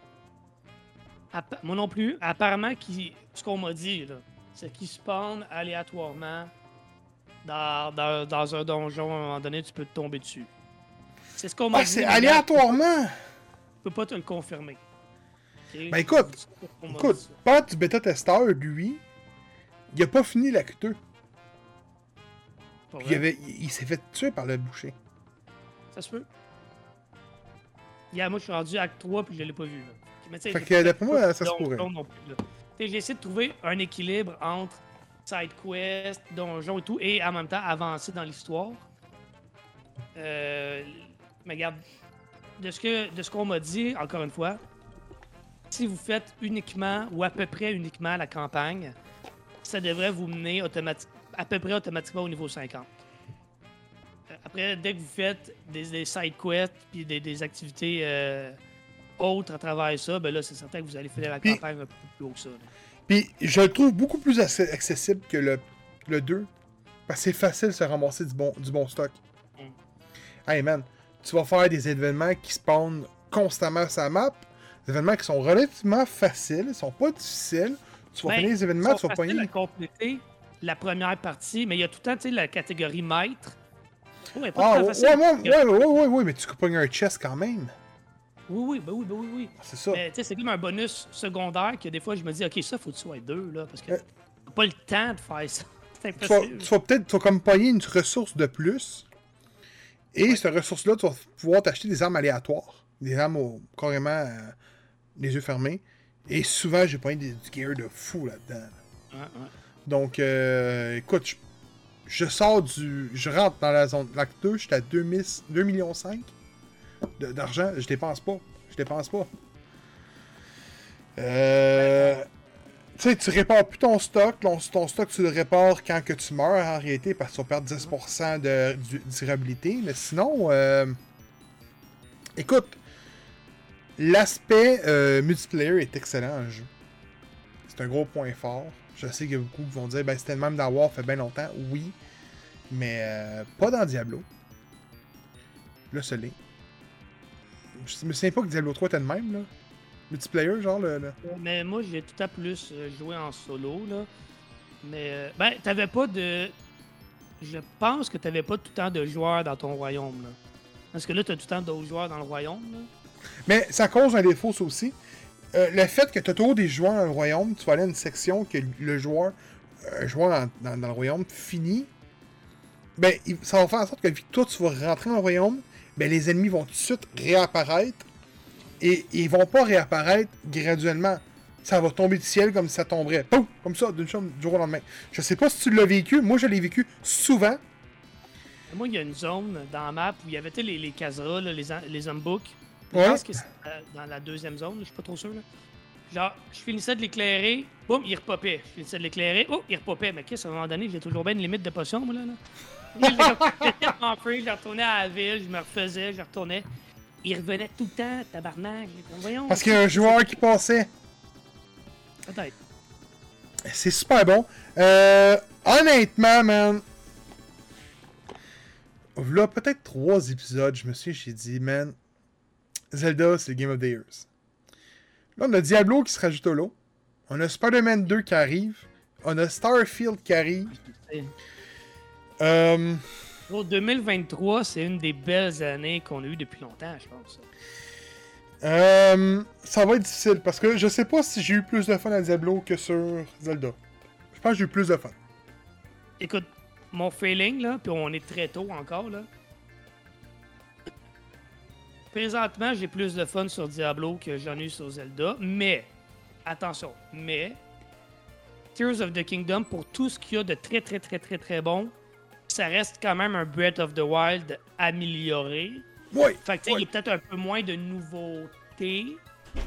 Moi non plus. Apparemment, ce qu'on m'a dit, là, c'est qu'il spawn aléatoirement dans un donjon. À un moment donné, tu peux te tomber dessus. C'est ce qu'on m'a dit. C'est aléatoirement! Je peux pas te le confirmer. Okay? Ben écoute, pas du bêta-testeur, lui, il a pas fini l'acte 2. Puis il s'est fait tuer par le boucher. Ça se peut. Moi, je suis rendu acte 3 puis je l'ai pas vu. Là. Fait que d'après moi, ça se pourrait. J'ai essayé de trouver un équilibre entre side quest, donjon et tout, et en même temps avancer dans l'histoire. Mais regarde, de ce qu'on m'a dit, encore une fois, si vous faites uniquement ou à peu près uniquement la campagne, ça devrait vous mener à peu près automatiquement au niveau 50. Après, dès que vous faites des side quests puis des activités autres à travers ça, ben là, c'est certain que vous allez finir la campagne un peu plus haut que ça. Là. Puis je le trouve beaucoup plus accessible que le 2. Parce que c'est facile de se ramasser du bon stock. Hey man, tu vas faire des événements qui spawnent constamment sur la map. Des événements qui sont relativement faciles, ils sont pas difficiles. Tu vas finir les événements, tu vas pogner. C'est facile à compléter la première partie, mais il y a tout le temps, tu sais, la catégorie maître. Ouais, mais tu pognes un chest quand même. Oui. C'est ça. Mais tu sais, c'est comme un bonus secondaire que des fois, je me dis, OK, ça, faut que tu sois deux, là, parce que t'as pas le temps de faire ça. C'est impossible. Tu vas comme pogner une ressource de plus. Et cette ressource-là, tu vas pouvoir t'acheter des armes aléatoires. Des armes carrément les yeux fermés. Et souvent, j'ai pogné du gear de fou là-dedans. Ouais. Donc, écoute, je rentre dans la zone l'acte 2, j'étais à 2,5 millions d'argent, je dépense pas. Tu sais, tu répares plus ton stock. Ton stock, tu le répares quand que tu meurs, en réalité, parce que tu vas perdre 10% de durabilité. Mais sinon, écoute, l'aspect multiplayer est excellent en jeu. C'est un gros point fort. Je sais qu'il y a beaucoup qui vont dire, ben c'était le même dans War, fait bien longtemps. Oui, mais pas dans Diablo. Là, ce l'est. Je me souviens pas que Diablo 3 était le même, là. Multiplayer, genre, Mais moi, j'ai tout à plus joué en solo, là. Mais, t'avais pas de... Je pense que t'avais pas tout le temps de joueurs dans ton royaume, là. Parce que là, t'as tout le temps d'autres joueurs dans le royaume, là. Mais ça cause un défaut, ça aussi. Le fait que t'as toujours des joueurs dans le royaume, tu vas aller à une section que le joueur dans le royaume finit, ben, ça va faire en sorte que toi, tu vas rentrer dans le royaume, ben, les ennemis vont tout de suite réapparaître. Et ils vont pas réapparaître graduellement. Ça va tomber du ciel comme si ça tomberait. Pouf! Comme ça, d'une chose du jour au lendemain. Je sais pas si tu l'as vécu. Moi, je l'ai vécu souvent. Moi, il y a une zone dans la map où il y avait les Khazra, les Umbooks. Ouais. Je pense que c'est dans la deuxième zone, je suis pas trop sûr. Là. Genre, je finissais de l'éclairer, boum, il repopait. Je finissais de l'éclairer, oh, il repopait. Mais qu'est-ce, à un moment donné, j'ai toujours bien une limite de potion, moi, là. J'étais en free, je retournais à la ville, je me refaisais, je retournais. Il revenait tout le temps, tabarnak. Voyons, parce qu'il y a un joueur qui passait. Peut-être. C'est super bon. Honnêtement, man. Là, peut-être 3 épisodes, je me suis j'ai dit, man, Zelda, c'est le Game of the Years. Là, on a Diablo qui se rajoute au lot. On a Spider-Man 2 qui arrive. On a Starfield qui arrive. 2023, c'est une des belles années qu'on a eues depuis longtemps, je pense. Ça va être difficile parce que je sais pas si j'ai eu plus de fun à Diablo que sur Zelda. Je pense que j'ai eu plus de fun. Écoute, mon feeling, là, puis on est très tôt encore, là. Présentement, j'ai plus de fun sur Diablo que j'en ai eu sur Zelda, mais, attention, Tears of the Kingdom, pour tout ce qu'il y a de très, très, très, très, très bon, ça reste quand même un Breath of the Wild amélioré. Oui. Fait que, tu sais, il y a peut-être un peu moins de nouveautés.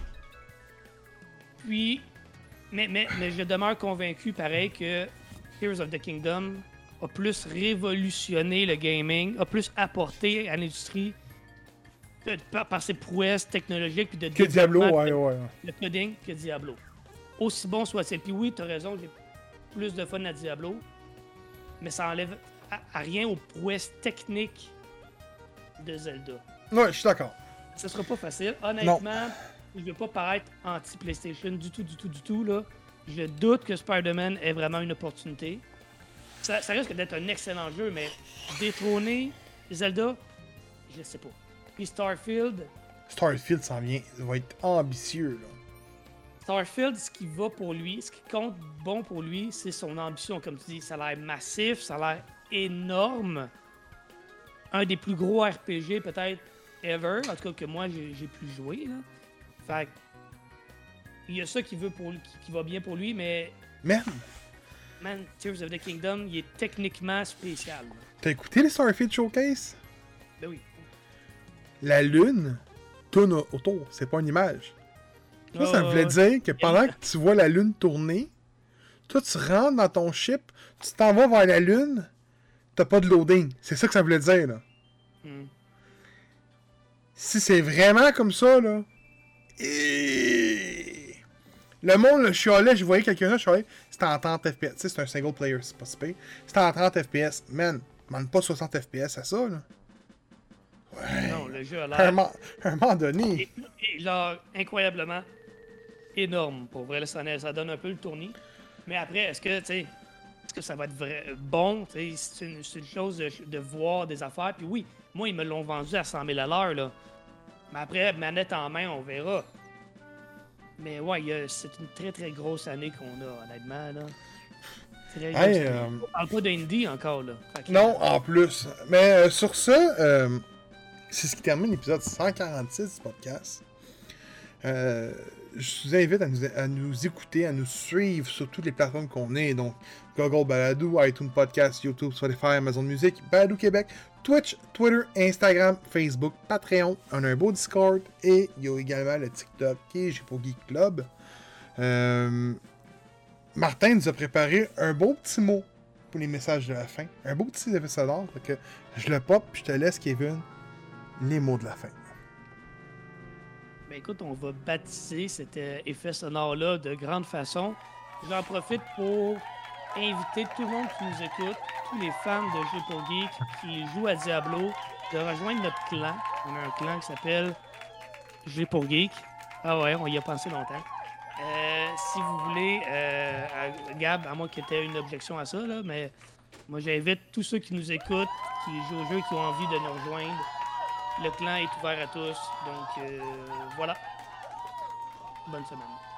Puis, mais je demeure convaincu, pareil, que Tears of the Kingdom a plus révolutionné le gaming, a plus apporté à l'industrie par ses prouesses technologiques puis de que Diablo, ouais. Le coding que Diablo. Aussi bon soit-il. Puis oui, t'as raison, j'ai plus de fun à Diablo. mais ça enlève à rien aux prouesses techniques de Zelda. Ouais, je suis d'accord. Ce sera pas facile. Honnêtement, je veux pas paraître anti-PlayStation du tout, là. Je doute que Spider-Man ait vraiment une opportunité. Ça risque d'être un excellent jeu, mais détrôner Zelda, je sais pas. Puis Starfield, s'en vient. Il va être ambitieux, là. Starfield, ce qui va pour lui, ce qui compte bon pour lui, c'est son ambition. Comme tu dis, ça a l'air massif, ça a l'air énorme. Un des plus gros RPG, peut-être, ever. En tout cas, que moi, j'ai pu jouer, là. Fait que, il y a ça qui va bien pour lui, mais Man, Tears of the Kingdom, il est techniquement spécial. Là. t'as écouté les Starfield Showcase? Ben oui. La lune tourne autour, c'est pas une image. Ça voulait dire que pendant que tu vois la lune tourner, toi tu rentres dans ton ship, tu t'en vas vers la lune, t'as pas de loading. C'est ça que ça voulait dire, là. Si c'est vraiment comme ça, là... Le monde, là, je chialais, je voyais quelqu'un là, je chialais, c'était en 30 FPS. Tu sais, c'est un single player, c'est pas si pire. C'était en 30 FPS. Man, demande pas 60 FPS à ça, là. Ouais. Non, le jeu a À un l'air... moment donné. genre, incroyablement énorme. Pour vrai, là, ça donne un peu le tournis. Mais après, est-ce que ça va être bon? C'est une chose de voir des affaires. Puis oui, moi, ils me l'ont vendu à 100 000 à l'heure, là. Mais après, manette en main, on verra. Mais ouais, c'est une très très grosse année qu'on a, honnêtement, là. Très grosse année. On parle pas d'indie encore, là. Non, en plus. Mais sur ça, c'est ce qui termine l'épisode 146 du podcast. Je vous invite à nous écouter, à nous suivre sur toutes les plateformes qu'on est. Donc, Google Balado, iTunes Podcast, YouTube, Spotify, Amazon Music, Balado Québec, Twitch, Twitter, Instagram, Facebook, Patreon. On a un beau Discord et il y a également le TikTok qui est J'ai Geek Club. Martin nous a préparé un beau petit mot pour les messages de la fin. Un beau petit effet sonore. Fait que je le pop puis je te laisse, Kevin, les mots de la fin. Ben écoute, on va baptiser cet effet sonore-là de grande façon. J'en profite pour inviter tout le monde qui nous écoute, tous les fans de Jeux pour Geek qui jouent à Diablo, de rejoindre notre clan. On a un clan qui s'appelle Jeux pour Geek. Ah ouais, on y a pensé longtemps. Si vous voulez, Gab, à moi qui était une objection à ça, là, mais moi j'invite tous ceux qui nous écoutent, qui jouent au jeu, qui ont envie de nous rejoindre. Le clan est ouvert à tous, donc voilà. Bonne semaine.